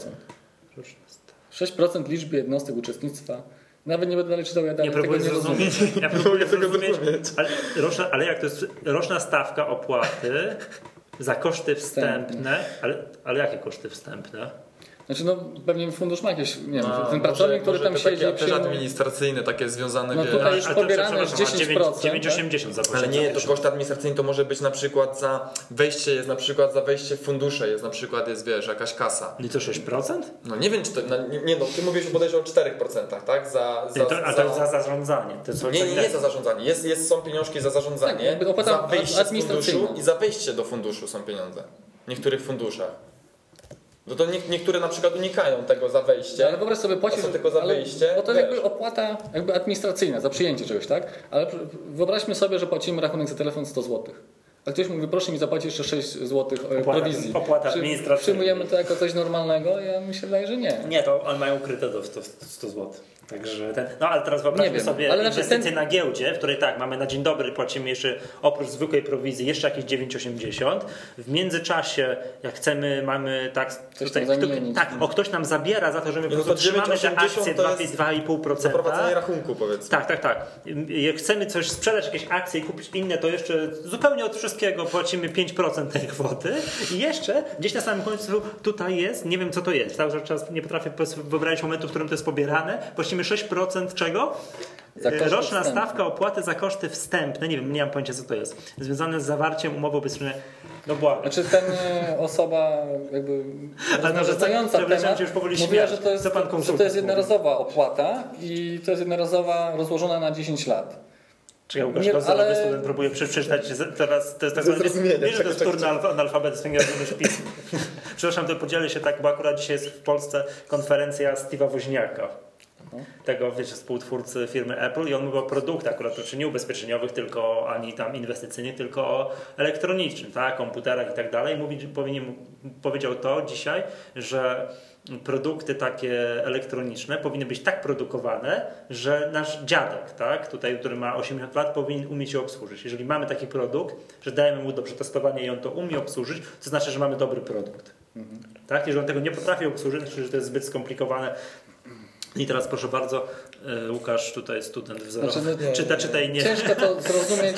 6% liczby jednostek uczestnictwa. Nawet nie będę dalej czytał, ja dalej nie próbuję zrozumieć. Ja próbuję zrozumieć. Ale jak to jest roczna stawka opłaty za koszty wstępne, ale jakie koszty wstępne? Znaczy pewnie fundusz ma jakieś, nie wiem, ten pracownik, który tam siedzi... Też administracyjne takie związane... No tutaj już pobierane jest 10%. 9,80 za ale nie, to koszt administracyjny to może być na przykład za wejście, jest na przykład za wejście w fundusze, jest na przykład, wiesz, jakaś kasa. I to 6%? No nie wiem, czy to... ty mówisz bodajże o 4%, tak? za zarządzanie. To nie za zarządzanie. Są pieniążki za zarządzanie, tak, za wyjście z funduszu i za wejście do funduszu są pieniądze. W niektórych funduszach. No to niektóre na przykład unikają tego za wejście. Ale wyobraź sobie płacisz tylko za wyjście. Bo to jest jakby opłata administracyjna za przyjęcie czegoś, tak? Ale wyobraźmy sobie, że płacimy rachunek za telefon 100 zł. A ktoś mówi, proszę mi zapłacić jeszcze 6 zł prowizji. Opłata administracyjna. Przyjmujemy to jako coś normalnego? Ja mi się wydaje, że nie. Nie, to oni mają ukryte do 100 zł. Także ale teraz wyobraźmy sobie inwestycje na giełdzie, w której tak, mamy na dzień dobry, płacimy jeszcze oprócz zwykłej prowizji jeszcze jakieś 9,80. W międzyczasie, jak chcemy, mamy ktoś nam zabiera za to, że my po prostu trzymamy te akcje 2,5%. Zaprowadzenie rachunku, powiedzmy. Tak. Jak chcemy coś sprzedać, jakieś akcje i kupić inne, to jeszcze zupełnie od wszystkiego płacimy 5% tej kwoty. I jeszcze gdzieś na samym końcu tutaj jest, nie wiem co to jest, cały czas nie potrafię wyobrazić momentu, w którym to jest pobierane. Płacimy 6% czego? Roczna stawka opłaty za koszty wstępne, nie mam pojęcia co to jest, związane z zawarciem umowy ubezpieczeniowej. No błagam. Znaczy osoba jakby rozmawiająca temat mówiła, że to jest jednorazowa opłata i to jest jednorazowa rozłożona na 10 lat. Czekaj, Łukasz, dozorowy student próbuje przeczytać teraz, to jest tak zwany, wiesz, że to jest turny analfabetyzm, nie rozumiesz pism. Przepraszam, to podzielę się tak, bo akurat dzisiaj jest w Polsce konferencja Steve'a Woźniaka. Tego, wiecie, współtwórcy firmy Apple i on mówił o produktach, akurat to nie ubezpieczeniowych, tylko ani tam inwestycyjnych, tylko o elektronicznych, tak, komputerach i tak dalej. Powiedział to dzisiaj, że produkty takie elektroniczne powinny być tak produkowane, że nasz dziadek, tak, tutaj, który ma 80 lat, powinien umieć je obsłużyć. Jeżeli mamy taki produkt, że dajemy mu do przetestowania i on to umie obsłużyć, to znaczy, że mamy dobry produkt. Tak? Jeżeli on tego nie potrafi obsłużyć, to znaczy, że to jest zbyt skomplikowane. I teraz proszę bardzo, Łukasz, tutaj student wzorowy. Czytaj nie. Ciężko to zrozumieć,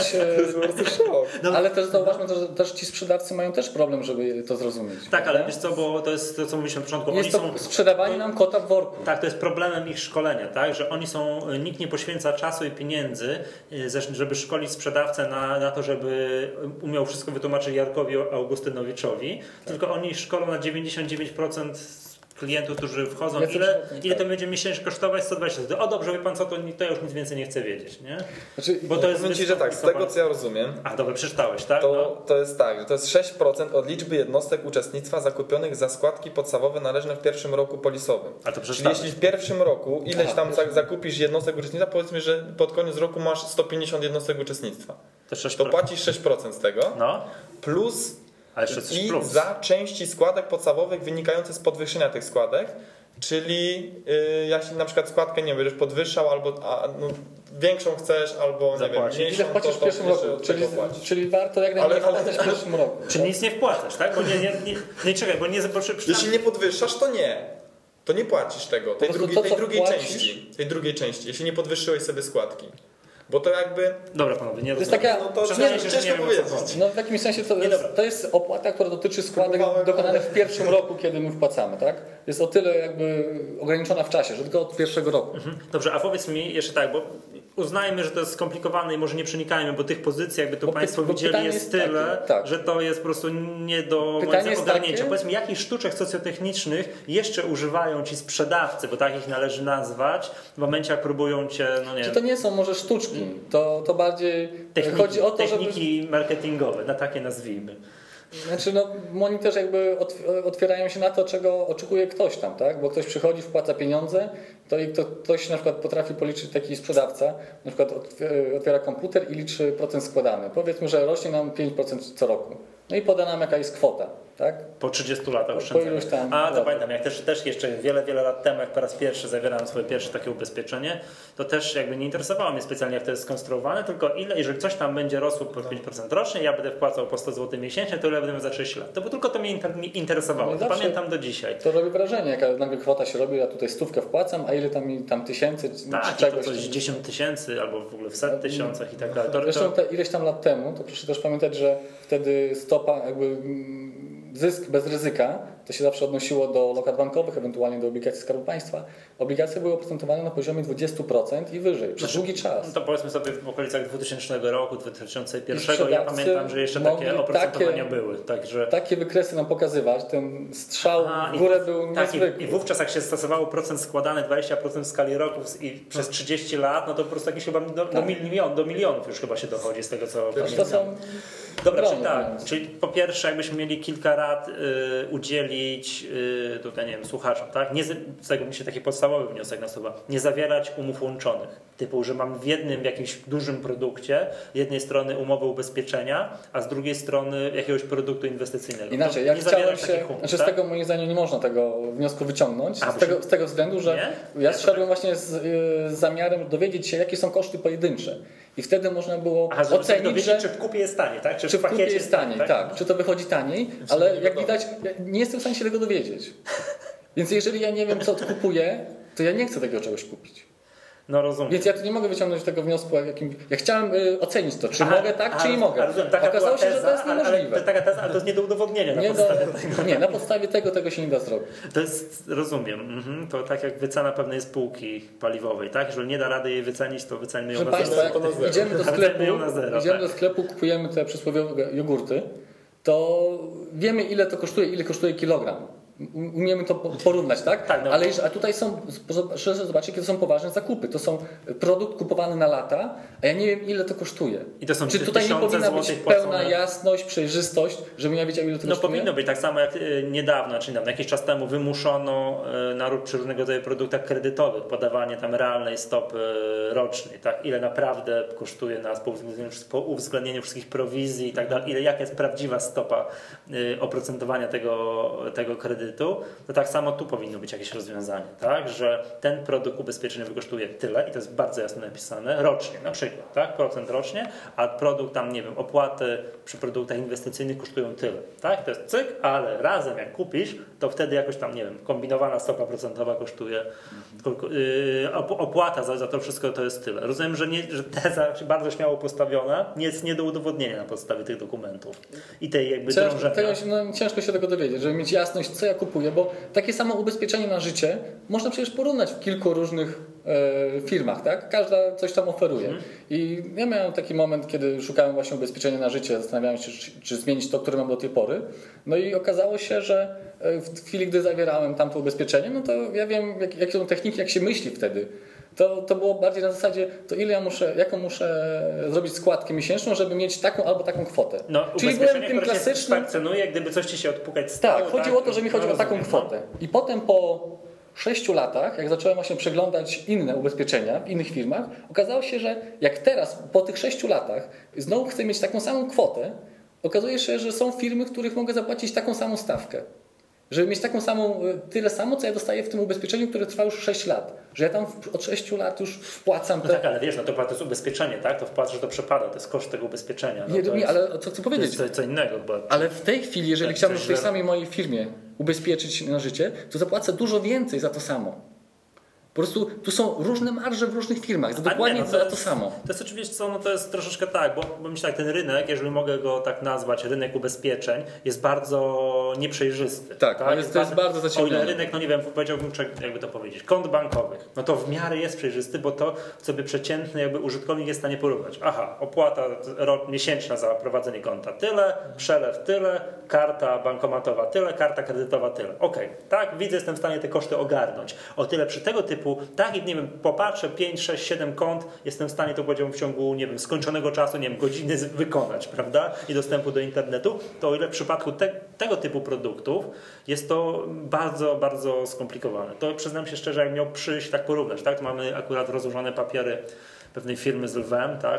ale też zauważmy, że też ci sprzedawcy mają też problem, żeby to zrozumieć. Tak, prawda? Ale wiesz co, bo to jest to, co mówiliśmy na początku. Jest to sprzedawanie nam kota w worku. Tak, to jest problemem ich szkolenia, tak, że nikt nie poświęca czasu i pieniędzy, żeby szkolić sprzedawcę na to, żeby umiał wszystko wytłumaczyć Jarkowi Augustynowiczowi, tylko oni szkolą na 99% klientów, którzy wchodzą, Ja ile to będzie miesięcznie kosztować? 120 zł. O dobrze, wie pan co, to ja już nic więcej nie chcę wiedzieć, nie? Znaczy, Bo to jest Powiem ci, że tak, z tego co ja rozumiem, dobra, przeczytałeś, tak? to jest tak, że to jest 6% od liczby jednostek uczestnictwa zakupionych za składki podstawowe należne w pierwszym roku polisowym. A to Czyli przeczytałeś. jeśli w pierwszym roku ileś tam zakupisz jednostek uczestnictwa, powiedzmy, że pod koniec roku masz 150 jednostek uczestnictwa. To płacisz 6% z tego, plus ale jeszcze coś plus. za części składek podstawowych wynikające z podwyższenia tych składek, czyli jeśli na przykład składkę nie będziesz podwyższał, albo większą chcesz, albo nie wiem, mniejszą, ile płacisz w pierwszym roku, czyli warto jak najmniej wpłacać w pierwszym roku. Czyli nic nie wpłacasz, tak? Bo nie czekaj, bo nie... Jeśli nie podwyższasz, to nie płacisz tego, tej drugiej części, jeśli nie podwyższyłeś sobie składki. Bo to jakby... Dobra panowie, nie rozumiem. To jest taka, ciężko powiedzieć. No w jakimś sensie to jest opłata, która dotyczy składek dokonanych w pierwszym roku, kiedy my wpłacamy, tak? Jest o tyle jakby ograniczona w czasie, że tylko od pierwszego roku. Dobrze, a powiedz mi jeszcze tak, bo uznajmy, że to jest skomplikowane i może nie przenikajmy, bo tych pozycji, jakby to Państwo widzieli, jest tyle, że to jest po prostu nie do ogarnięcia. Powiedz mi, jakich sztuczek socjotechnicznych jeszcze używają ci sprzedawcy, bo tak ich należy nazwać, w momencie jak próbują cię, Czy to nie są może sztuczki, to bardziej chodzi o to, techniki marketingowe, na takie nazwijmy. Znaczy, oni też jakby otwierają się na to, czego oczekuje ktoś tam, tak? Bo ktoś przychodzi, wpłaca pieniądze, to ktoś na przykład potrafi policzyć, taki sprzedawca, na przykład otwiera komputer i liczy procent składany. Powiedzmy, że rośnie nam 5% co roku. No i poda nam jaka jest kwota, tak? Po 30 latach oszczędzania. To pamiętam, jak też jeszcze wiele lat temu, jak po raz pierwszy zawierałem swoje pierwsze takie ubezpieczenie, to też jakby nie interesowało mnie specjalnie, jak to jest skonstruowane, tylko jeżeli coś tam będzie rosło po 5% rocznie, ja będę wpłacał po 100 zł miesięcznie, to ile będę miał za 6 lat. To było tylko to mnie interesowało. To pamiętam do dzisiaj. To robi wrażenie, jaka nagle kwota się robi, ja tutaj 100 wpłacam, a ile tam tysięcy, tak, czegoś. To coś 10 tysięcy albo w ogóle w set tysiącach i tak dalej. Zresztą ileś tam lat temu, to proszę też pamiętać, że wtedy stopa jakby zysk bez ryzyka, to się zawsze odnosiło do lokat bankowych, ewentualnie do obligacji Skarbu Państwa. Obligacje były oprocentowane na poziomie 20% i wyżej, przez długi czas. To powiedzmy sobie w okolicach 2000 roku, 2001, ja pamiętam, że jeszcze takie oprocentowania były. Także... Takie wykresy nam pokazywać, ten strzał w górę był niezwykły. I wówczas jak się stosowało procent składany, 20% w skali roków i przez 30 lat, no to po prostu jakieś chyba do milionów już chyba się dochodzi z tego, co pamiętam. Dobra, czyli po pierwsze jakbyśmy mieli kilka rad udzielić tutaj, nie wiem, słuchaczom, tak? Z tego mi się taki podstawowy wniosek nasuwa. Nie zawierać umów łączonych. Typu, że mam w jakimś dużym produkcie z jednej strony umowę ubezpieczenia, a z drugiej strony jakiegoś produktu inwestycyjnego. Inaczej, jak chciałem się, z tego moim zdaniem nie można tego wniosku wyciągnąć, z tego względu, że ja szedłem właśnie z zamiarem dowiedzieć się, jakie są koszty pojedyncze. I wtedy można było ocenić, czy w kupie jest taniej, tak? Czy w kupie jest taniej, tak? Czy to wychodzi taniej, ale jak widać, nie jestem w stanie się tego dowiedzieć. Więc jeżeli ja nie wiem, co kupuję, to ja nie chcę tego czegoś kupić. No rozumiem. Więc ja tu nie mogę wyciągnąć tego wniosku, ja chciałem ocenić to, czy mogę tak, czy nie mogę. Okazało się, że to jest niemożliwe. Taka teza, ale to jest nie do udowodnienia na podstawie tego. Nie, na podstawie tego się nie da zrobić. To jest, rozumiem, to tak jak wycena pewnej spółki paliwowej, tak? Jeżeli nie da rady jej wycenić, to wycenimy ją na zero. Idziemy do sklepu, kupujemy te przysłowiowe jogurty, to wiemy ile to kosztuje, ile kosztuje kilogram. Umiemy to porównać, tak? A tutaj są, zobaczcie, jakie to są poważne zakupy. To są produkt kupowany na lata, a ja nie wiem, ile to kosztuje. I to są Czy tutaj nie powinna być pełna jasność, przejrzystość, żebym ja wiedział, ile to kosztuje? Powinno być tak samo jak niedawno, jakiś czas temu wymuszono przy różnego rodzaju produktach kredytowych podawanie tam realnej stopy rocznej, tak? Ile naprawdę kosztuje nas po uwzględnieniu wszystkich prowizji i tak dalej, jaka jest prawdziwa stopa oprocentowania tego kredytu. To tak samo tu powinno być jakieś rozwiązanie, tak? Że ten produkt ubezpieczeniowy kosztuje tyle i to jest bardzo jasno napisane rocznie, na przykład, tak? Procent rocznie, a produkt tam, nie wiem, opłaty przy produktach inwestycyjnych kosztują tyle, tak? To jest cyk, ale razem jak kupisz, to wtedy jakoś tam, nie wiem, kombinowana stopa procentowa kosztuje, opłata za to wszystko to jest tyle. Rozumiem, że teza bardzo śmiało postawiona jest nie do udowodnienia na podstawie tych dokumentów i tej jakby drążenia. Ciężko się tego dowiedzieć, żeby mieć jasność, co ja kupuję, bo takie samo ubezpieczenie na życie można przecież porównać w kilku różnych firmach, tak? Każda coś tam oferuje. I ja miałem taki moment, kiedy szukałem właśnie ubezpieczenia na życie, zastanawiałem się, czy zmienić to, które mam do tej pory. No i okazało się, że w chwili, gdy zawierałem tamto ubezpieczenie, no to ja wiem, jakie są techniki, jak się myśli wtedy. To było bardziej na zasadzie, to jaką muszę zrobić składkę miesięczną, żeby mieć taką albo taką kwotę. No, czyli byłem tym klasycznym. Satysfakcjonuje, gdyby coś ci się odpukać stało. Tak, chodziło o to, że mi chodzi o taką kwotę. I potem po 6 latach, jak zacząłem właśnie przeglądać inne ubezpieczenia w innych firmach, okazało się, że jak teraz, po tych 6 latach, znowu chcę mieć taką samą kwotę, okazuje się, że są firmy, w których mogę zapłacić taką samą stawkę. Żeby mieć taką samą, tyle samo, co ja dostaję w tym ubezpieczeniu, które trwa już 6 lat. Że ja tam od 6 lat już wpłacam te... No tak, ale wiesz, no to jest ubezpieczenie, tak? To wpłacasz, że to przepada, to jest koszt tego ubezpieczenia. No Nie, ale co powiedzieć? To jest co innego. Bo... Ale w tej chwili, jeżeli chciałbym w tej samej mojej firmie ubezpieczyć na życie, to zapłacę dużo więcej za to samo. Po prostu tu są różne marże w różnych firmach, za dokładnie za to samo. To jest oczywiście to jest troszeczkę tak, bo myślę tak, ten rynek, jeżeli mogę go tak nazwać, rynek ubezpieczeń, jest bardzo nieprzejrzysty. Tak? To jest bardzo zaciemniony. O ile rynek, no nie wiem, powiedziałbym, jakby to powiedzieć, kont bankowych, no to w miarę jest przejrzysty, bo to sobie przeciętny jakby użytkownik jest w stanie porównać. Aha, opłata miesięczna za prowadzenie konta tyle, przelew tyle, karta bankomatowa tyle, karta kredytowa tyle. Okej, tak, widzę, jestem w stanie te koszty ogarnąć. O tyle przy tego typu, tak, i nie wiem, popatrzę 5, 6, 7 kont, jestem w stanie to powiedziałbym w ciągu, nie wiem, skończonego czasu, nie wiem, godziny wykonać, prawda? I dostępu do internetu, to o ile w przypadku tego typu produktów jest to bardzo, bardzo skomplikowane. To przyznam się szczerze, jak miał przyjść tak porównać, tak? To mamy akurat rozłożone papiery pewnej firmy z lwem, tak?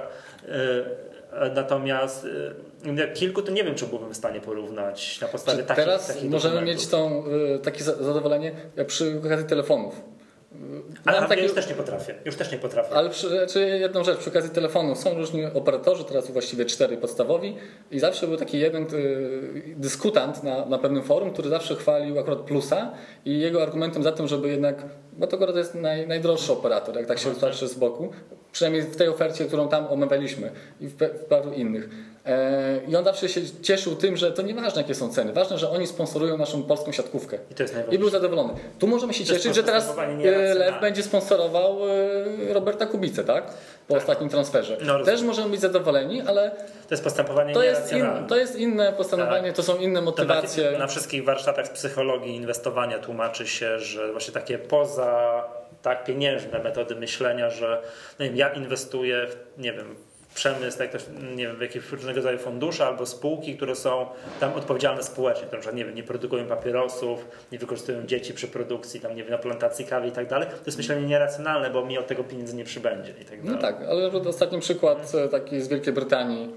Natomiast kilku to nie wiem, czy byłbym w stanie porównać na podstawie takich teraz możemy mieć takie zadowolenie jak przy okazji telefonów. Ale ja już też nie potrafię. Ale jedną rzecz, przy okazji telefonu są różni operatorzy, teraz właściwie 4 podstawowi i zawsze był taki jeden dyskutant na pewnym forum, który zawsze chwalił akurat Plusa i jego argumentem za tym, żeby jednak, bo to akurat jest najdroższy operator, jak tak się patrzy z boku, przynajmniej w tej ofercie, którą tam omawialiśmy i w paru innych. I on zawsze się cieszył tym, że to nieważne jakie są ceny, ważne, że oni sponsorują naszą polską siatkówkę. I był zadowolony. Tu możemy się cieszyć, że teraz Lew będzie sponsorował Roberta Kubicę, tak? Po ostatnim transferze. Też możemy być zadowoleni, ale to jest postępowanie to jest inne postępowanie, tak. To są inne motywacje. Na wszystkich warsztatach z psychologii inwestowania tłumaczy się, że właśnie takie poza pieniężne metody myślenia, że no nie wiem, ja inwestuję w przemysł, nie wiem, w jakieś różnego rodzaju fundusze albo spółki, które są tam odpowiedzialne społecznie, na przykład nie produkują papierosów, nie wykorzystują dzieci przy produkcji, tam nie wiem, na plantacji kawy i tak dalej. To jest myślenie nieracjonalne, bo mi od tego pieniędzy nie przybędzie i tak dalej. No tak, ale ostatni przykład taki z Wielkiej Brytanii,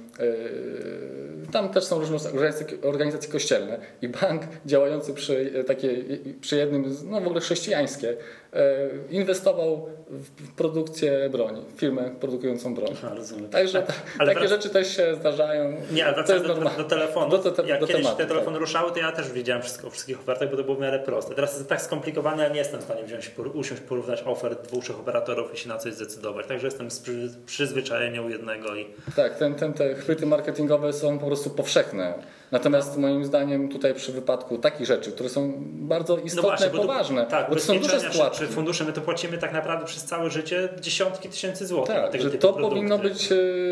tam też są różne organizacje kościelne i bank działający przy jednym, w ogóle chrześcijańskie, inwestował w produkcję broni, firmę produkującą broń. Także takie rzeczy też się zdarzają. Nie, ale wracając do telefonu. Jak kiedyś te telefony ruszały, to ja też wiedziałem o wszystkich ofertach, bo to było w miarę proste. Teraz jest tak skomplikowane, ja nie jestem w stanie usiąść, porównać ofert 2-3 operatorów i się na coś zdecydować. Także jestem przyzwyczajenie u jednego. Tak, te chwyty marketingowe są po prostu powszechne. Natomiast moim zdaniem tutaj przy wypadku takich rzeczy, które są bardzo istotne i poważne, bo to są duże składki. Czy fundusze, my to płacimy tak naprawdę przez całe życie dziesiątki tysięcy złotych. Tak, że to powinno być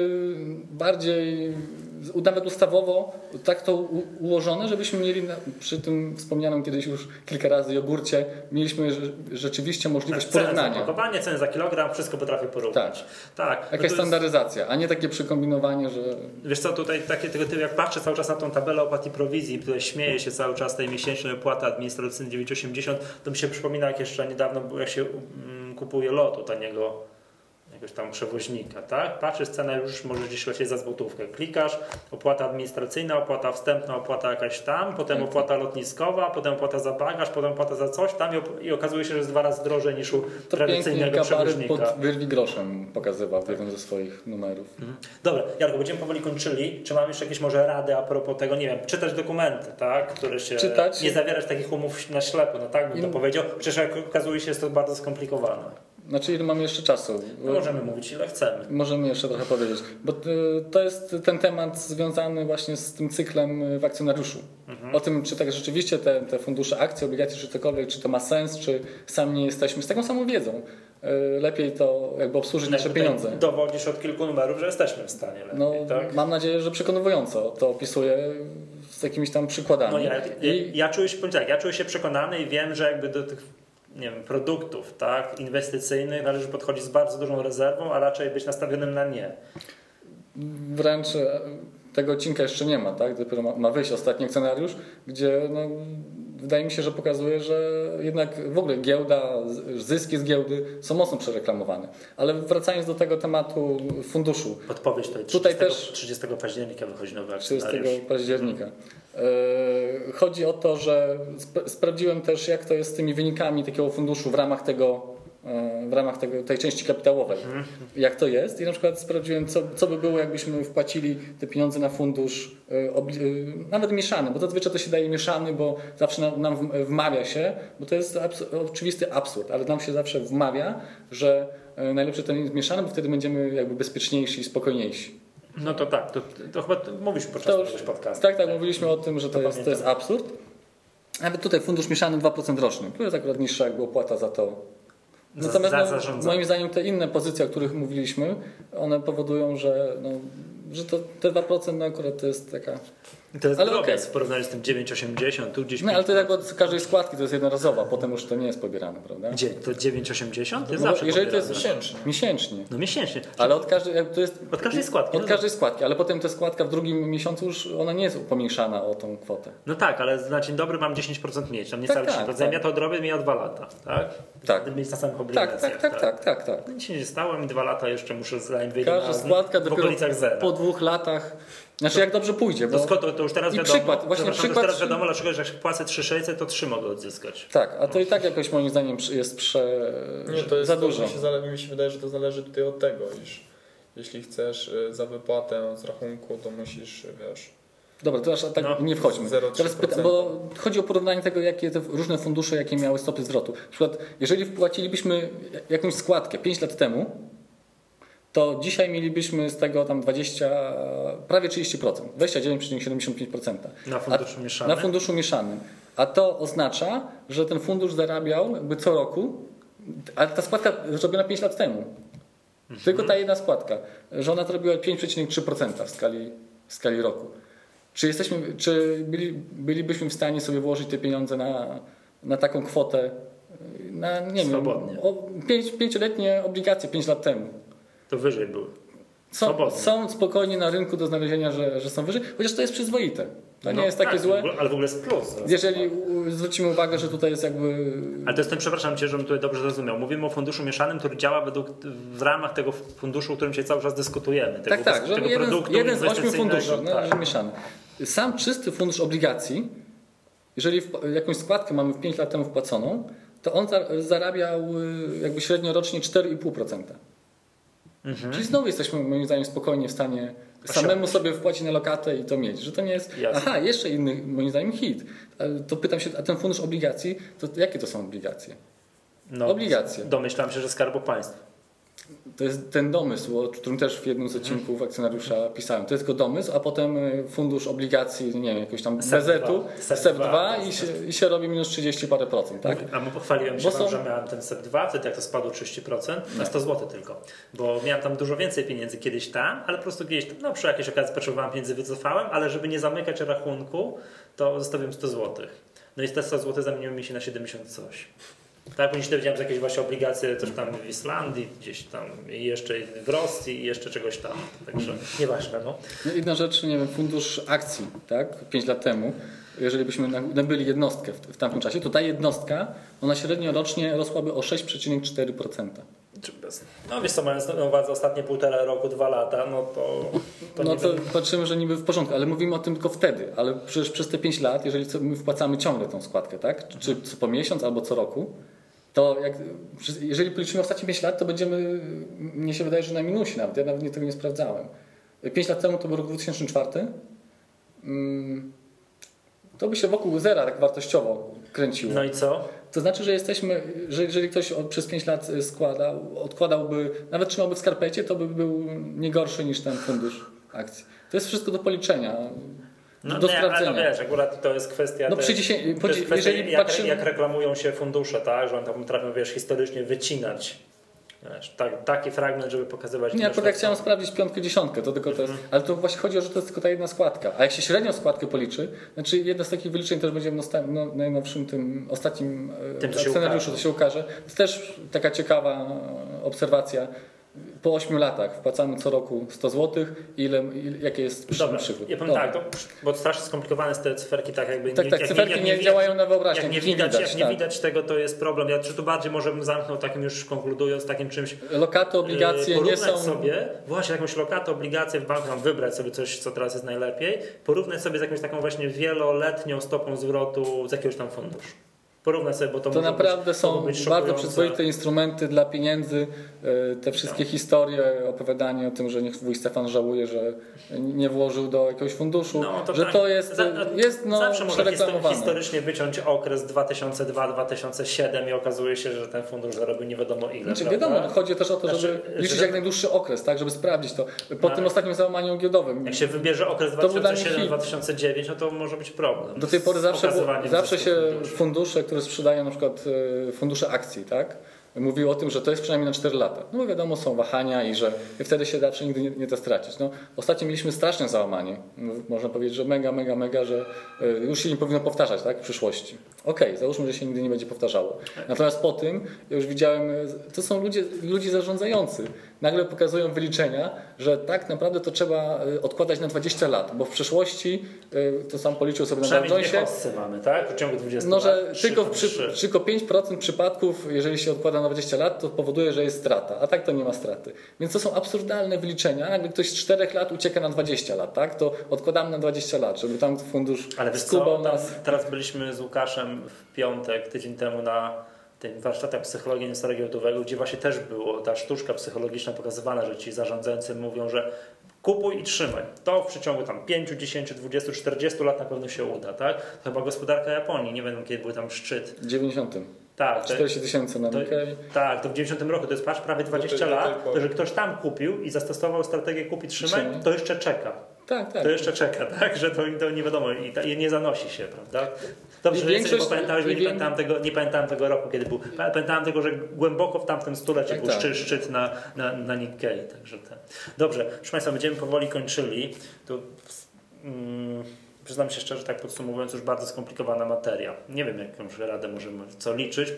bardziej nawet ustawowo tak to ułożone, żebyśmy mieli przy tym wspomnianym kiedyś już kilka razy jogurcie, mieliśmy rzeczywiście możliwość porównania. Ceny za pakowanie, ceny za kilogram, wszystko potrafię porównać. Tak. Jakaś standaryzacja, a nie takie przykombinowanie, że... Wiesz co, tutaj tego typu, jak patrzę cały czas na tą tabelę opłat i prowizji, tutaj śmieję się cały czas tej miesięcznej opłaty administracyjnej 9,80, to mi się przypomina, jak jeszcze niedawno, jak się kupuje lotu taniego jakiegoś tam przewoźnika, tak? Patrzysz, cena już może gdzieś lecieć za złotówkę. Klikasz, opłata administracyjna, opłata wstępna, opłata jakaś tam, potem opłata lotniskowa, potem opłata za bagaż, potem opłata za coś tam i okazuje się, że jest 2 razy drożej niż u tradycyjnego przewoźnika. To pod wyrwi groszem pokazywał w jednym ze swoich numerów. Dobra, Jarku, będziemy powoli kończyli. Czy mam jeszcze jakieś może rady a propos tego, nie wiem, czytać dokumenty, tak? Które się... Nie zawierać takich umów na ślepo, no tak bym to powiedział. Przecież jak okazuje się, jest to bardzo skomplikowane. Znaczy, ile mamy jeszcze czasu? Możemy mówić, ile chcemy. Możemy jeszcze trochę powiedzieć, bo to jest ten temat związany właśnie z tym cyklem w akcjonariuszu. O tym, czy tak rzeczywiście te fundusze akcji, obligacje, czy cokolwiek, czy to ma sens, czy sami nie jesteśmy z taką samą wiedzą. lepiej to jakby obsłużyć nasze pieniądze. Dowodzisz od kilku numerów, że jesteśmy w stanie lepiej, No, tak? mam nadzieję, że przekonująco to opisuję z jakimiś tam przykładami. No ja czuję się przekonany i wiem, że jakby do tych produktów, tak, inwestycyjnych należy podchodzić z bardzo dużą rezerwą, a raczej być nastawionym na nie. Wręcz tego odcinka jeszcze nie ma, tak? Dopiero ma wyjść ostatni akcjonariusz, gdzie wydaje mi się, że pokazuje, że jednak w ogóle giełda, zyski z giełdy są mocno przereklamowane. Ale wracając do tego tematu funduszu. Podpowiedź tutaj też 30 października wychodzi nowy 30 października. Chodzi o to, że sprawdziłem też, jak to jest z tymi wynikami takiego funduszu w ramach tej części kapitałowej. Jak to jest? I na przykład sprawdziłem, co by było, jakbyśmy wpłacili te pieniądze na fundusz nawet mieszany, bo zazwyczaj to się daje mieszany, bo zawsze nam wmawia się, bo to jest oczywisty absurd, ale nam się zawsze wmawia, że najlepsze to jest mieszany, bo wtedy będziemy jakby bezpieczniejsi i spokojniejsi. No to tak, to chyba mówisz podczas tego podcastu. Tak, mówiliśmy o tym, że to jest absurd. Nawet tutaj fundusz mieszany 2% rocznie. To jest akurat niższa jakby opłata za to. Natomiast moim zdaniem te inne pozycje, o których mówiliśmy, one powodują, że to te 2% akurat to jest taka... To jest drobiazg w porównaniu z tym 9,80, tu gdzieś... No ale to jak od każdej składki to jest jednorazowa, potem już to nie jest pobierane, prawda? Gdzie? To 9,80? To jest zawsze jeżeli to jest miesięcznie. No miesięcznie. Ale od każdej składki. Od każdej składki, ale potem ta składka w drugim miesiącu już ona nie jest pomniejszana o tą kwotę. No tak, ale na dzień dobry mam 10% mieć, tam niecałe 10%. Tak. Ja to odrobię, mija 2 lata, tak? Tak. Będę mieć na samych obligacjach. Tak. Nic się nie stało, mi 2 lata jeszcze muszę zanim wyjść każda składka w okolicach zera. Po 2 latach. Znaczy jak dobrze pójdzie. Bo... To już teraz wiadomo. Przykład, teraz wiadomo, dlaczego jak płacę 3,600, to 3 mogę odzyskać. Tak, a to i tak jakoś moim zdaniem jest za dużo. Mi się wydaje, że to zależy tutaj od tego, iż jeśli chcesz za wypłatę z rachunku, to musisz, Dobra, to aż tak nie wchodźmy. Teraz pytam, bo chodzi o porównanie tego, jakie te różne fundusze, jakie miały stopy zwrotu. Na przykład, jeżeli wpłacilibyśmy jakąś składkę 5 lat temu, to dzisiaj mielibyśmy z tego tam prawie 30%, 29,75%. Na funduszu mieszanym. A to oznacza, że ten fundusz zarabiał jakby co roku, ale ta składka zrobiona 5 lat temu. Tylko ta jedna składka, że ona zrobiła 5,3% w skali roku. Czy bylibyśmy w stanie sobie włożyć te pieniądze na taką kwotę, swobodnie. 5-letnie obligacje 5 lat temu? To wyżej były. Są spokojnie na rynku do znalezienia, że są wyżej, chociaż to jest przyzwoite. To nie jest takie złe. Ale w ogóle jest plus. Jeżeli zwrócimy uwagę, że tutaj jest jakby... Ale to jest przepraszam Cię, żebym tutaj dobrze zrozumiał. Mówimy o funduszu mieszanym, który działa w ramach tego funduszu, o którym dzisiaj cały czas dyskutujemy. Że jeden z 8 funduszy mieszany. Sam czysty fundusz obligacji, jeżeli jakąś składkę mamy 5 lat temu wpłaconą, to on zarabiał jakby średnio rocznie 4,5%. Czyli znowu jesteśmy moim zdaniem spokojnie w stanie samemu sobie wpłacić na lokatę i to mieć, że to nie jest... Jasne. Aha, jeszcze inny moim zdaniem hit. To pytam się, a ten fundusz obligacji, to jakie to są obligacje? Obligacje. Domyślam się, że Skarbu Państwa. To jest ten domysł, o którym też w jednym z odcinków akcjonariusza pisałem. To jest tylko domysł, a potem fundusz obligacji, nie wiem, jakoś tam BZ-u, SEP2 i się robi minus 30 parę procent. Tak? A pochwaliłem się że miałem ten SEP2, wtedy jak to spadło 30%, na 100 zł tylko. Bo miałem tam dużo więcej pieniędzy kiedyś tam, ale po prostu gdzieś przy jakiejś okazji potrzebowałem pieniędzy, wycofałem, ale żeby nie zamykać rachunku, to zostawiłem 100 zł. No i te 100 zł zamieniły mi się na 70 coś. Tak, później dowiedziałem, że jakieś właśnie obligacje też tam w Islandii, gdzieś tam i jeszcze w Rosji i jeszcze czegoś tam. Także nieważne. Inna rzecz, nie wiem, fundusz akcji, tak? 5 lat temu, jeżeli byśmy nabyli jednostkę w tamtym czasie, to ta jednostka, ona średnio rocznie rosłaby o 6,4%. No wiesz co, mając na uwadze ostatnie 1,5 roku, 2 lata, to patrzymy, że niby w porządku, ale mówimy o tym tylko wtedy, ale przecież przez te 5 lat, jeżeli my wpłacamy ciągle tą składkę, tak? Czy po miesiąc albo co roku, to jeżeli policzymy ostatnie 5 lat, to będziemy, mnie się wydaje, że na minusie nawet. Ja nawet tego nie sprawdzałem. 5 lat temu to był rok 2004. To by się wokół zera tak wartościowo kręciło. No i co? To znaczy, że jeżeli ktoś przez 5 lat odkładałby, nawet trzymałby w skarpecie, to by był nie gorszy niż ten fundusz akcji. To jest wszystko do policzenia. Do sprawdzenia. Ale wiesz, akurat to jest kwestia, jeżeli patrzymy... jak reklamują się fundusze, tak, że one tam potrafią historycznie wycinać Wiesz, taki fragment, żeby pokazywać... Nie, akurat chciałem sprawdzić 5, 10, to tylko to jest, ale to właśnie chodzi o, że to jest tylko ta jedna składka. A jak się średnią składkę policzy, znaczy jedna z takich wyliczeń też będzie w najnowszym, tym ostatnim scenariuszu, to się ukaże. To jest też taka ciekawa obserwacja. Po 8 latach wpłacamy co roku 100 zł, jakie jest przychód. Ja powiem tak, bo strasznie skomplikowane są te cyferki, tak jakby... cyferki nie działają na wyobraźnię. Jak nie widać tego, to jest problem. Ja tu bardziej może bym zamknął takim już konkludując, takim czymś... Lokaty, obligacje nie są... sobie, właśnie jakąś lokatę, obligację w banku, wybrać sobie coś, co teraz jest najlepiej, porównać sobie z jakąś taką właśnie wieloletnią stopą zwrotu z jakiegoś tam funduszu. Porównać sobie, bo to naprawdę są bardzo przyzwoite instrumenty dla pieniędzy. Te wszystkie historie, opowiadanie o tym, że niech wuj Stefan żałuje, że nie włożył do jakiegoś funduszu, że tak, to jest zawsze przereklamowane. można historycznie wyciąć okres 2002-2007 i okazuje się, że ten fundusz zarobił nie wiadomo ile. Znaczy, wiadomo, chodzi też o to, żeby liczyć jak najdłuższy okres, tak, żeby sprawdzić to. Po tym ostatnim załamaniu giełdowym. Jak się wybierze okres 2007-2009, no to może być problem. Do tej pory zawsze się fundusze, które sprzedają na przykład fundusze akcji, tak? Mówił o tym, że to jest przynajmniej na 4 lata. No bo wiadomo, są wahania i że wtedy się zawsze nigdy nie da stracić. No, ostatnio mieliśmy straszne załamanie. Można powiedzieć, że mega, że już się nie powinno powtarzać, tak, w przyszłości. Okej, załóżmy, że się nigdy nie będzie powtarzało. Natomiast po tym, ja już widziałem, to są ludzie zarządzający. Nagle pokazują wyliczenia, że tak naprawdę to trzeba odkładać na 20 lat, bo w przyszłości, to sam policzył sobie na Dow Jonesie, mamy, tak? W ciągu 20 lat. Że tylko 5% przypadków, jeżeli się odkłada na 20 lat, to powoduje, że jest strata, a tak to nie ma straty. Więc to są absurdalne wyliczenia. Jakby ktoś z 4 lat ucieka na 20 lat, tak? To odkładamy na 20 lat, żeby tam fundusz skubał nas. Teraz byliśmy z Łukaszem w piątek, tydzień temu na tym warsztatach psychologii inwestora giełdowego, gdzie właśnie też było ta sztuczka psychologiczna pokazywana, że ci zarządzający mówią, że kupuj i trzymaj. To w przeciągu tam 5, 10, 20, 40 lat na pewno się uda, tak? To chyba gospodarka Japonii, nie wiem kiedy był tam szczyt. W 90. Tak, 40 000 na Nikkei. Tak, to w 90 roku, to jest prawie 20 lat, to że ktoś tam kupił i zastosował strategię kupi trzymaj, to jeszcze czeka. Tak. To jeszcze czeka, tak? Że to nie wiadomo i nie zanosi się, prawda? Dobrze, bo pamiętałeś, że nie pamiętałem tego roku, kiedy był. Pamiętałem tego, że głęboko w tamtym stuleciu był szczyt na Nikkei. Także Dobrze, proszę Państwa, będziemy powoli kończyli. Przyznam się szczerze, tak podsumowując, już bardzo skomplikowana materia. Nie wiem, jakąś radę możemy co liczyć,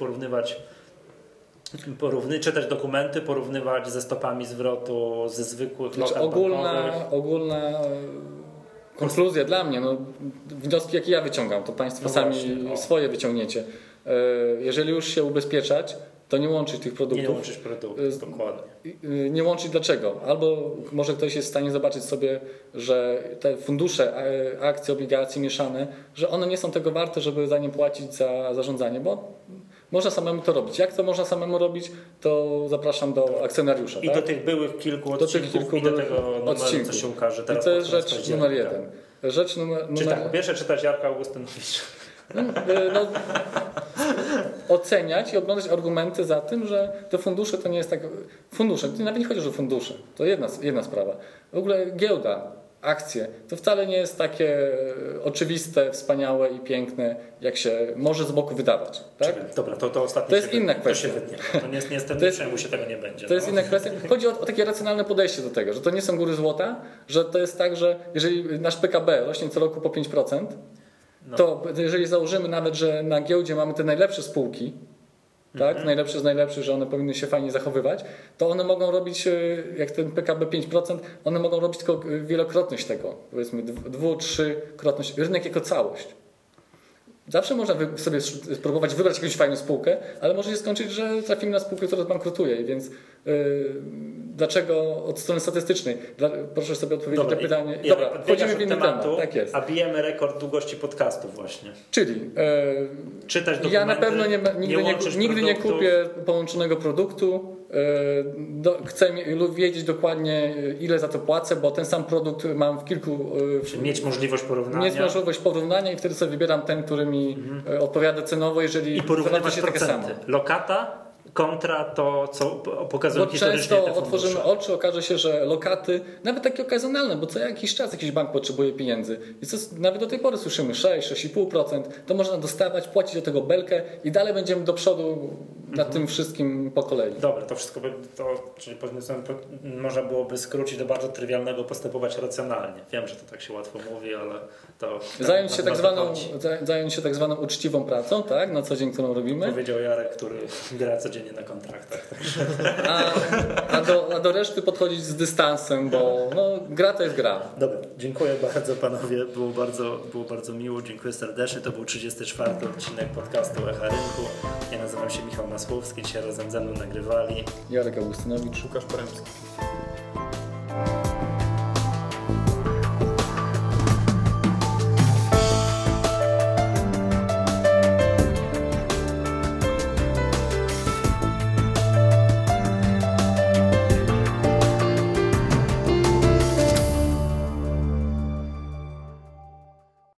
czytać dokumenty, porównywać ze stopami zwrotu ze zwykłych lokat ogólna konkluzja dla mnie, wnioski jakie ja wyciągam, to Państwo sami swoje wyciągniecie. Jeżeli już się ubezpieczać, to nie łączyć tych produktów. Nie łączyć produktów, dokładnie. Nie łączyć dlaczego? Albo może ktoś jest w stanie zobaczyć sobie, że te fundusze, akcje, obligacje mieszane, że one nie są tego warte, żeby za nie płacić za zarządzanie, bo można samemu to robić. Jak to można samemu robić, to zapraszam do akcjonariusza. I do tych byłych kilku odcinków i do tego numeru, co się ukaże teraz. I to jest rzecz numer 1. Rzecz po pierwsze czytać Jarka Augustynowicza. Oceniać i oglądać argumenty za tym, że te fundusze to nie jest tak... Fundusze, to nawet nie chodzi o fundusze. To jedna sprawa. W ogóle giełda, akcje, to wcale nie jest takie oczywiste, wspaniałe i piękne, jak się może z boku wydawać. Tak? Dobra, to ostatnie. To jest inna kwestia. To nie jest czemu się tego nie będzie. To jest inna kwestia. Chodzi o takie racjonalne podejście do tego, że to nie są góry złota, że to jest tak, że jeżeli nasz PKB rośnie co roku po 5%, to jeżeli założymy nawet, że na giełdzie mamy te najlepsze spółki, tak, najlepsze z najlepszych, że one powinny się fajnie zachowywać, to one mogą robić, jak ten PKB 5%, one mogą robić tylko wielokrotność tego, powiedzmy 2-3-krotność, rynek jako całość. Zawsze można sobie spróbować wybrać jakąś fajną spółkę, ale może się skończyć, że trafimy na spółkę, która zbankrutuje, więc dlaczego od strony statystycznej? Proszę sobie odpowiedzieć na pytanie. Dobra, wchodzimy w inny temat. Tak jest. A bijemy rekord długości podcastu właśnie. Czyli czytać dokumenty, ja na pewno nigdy nie kupię połączonego produktu. Chcę wiedzieć dokładnie, ile za to płacę, bo ten sam produkt mam w kilku... mieć możliwość porównania. I wtedy sobie wybieram ten, który mi odpowiada cenowo, jeżeli... I porównywać procenty. Lokata kontra to, co pokazują historycznie te fundusze. Często otworzymy oczy, okaże się, że lokaty, nawet takie okazjonalne, bo co jakiś czas jakiś bank potrzebuje pieniędzy. I co nawet do tej pory słyszymy 6-6,5%, to można dostawać, płacić do tego belkę i dalej będziemy do przodu nad tym wszystkim po kolei. Dobra, to wszystko, czyli można byłoby skrócić do bardzo trywialnego postępować racjonalnie. Wiem, że to tak się łatwo mówi, ale to... Zająć się tak zwaną uczciwą pracą, tak? Na co dzień, którą robimy. Powiedział Jarek, który gra codziennie na kontraktach. A do reszty podchodzić z dystansem, bo gra to jest gra. Dobra, dziękuję bardzo panowie, było bardzo miło, dziękuję serdecznie. To był 34. odcinek podcastu Echa Rynku. Ja nazywam się Michał Masłowski, dzisiaj razem ze mną nagrywali Jarek Augustynowicz, Łukasz Poremski.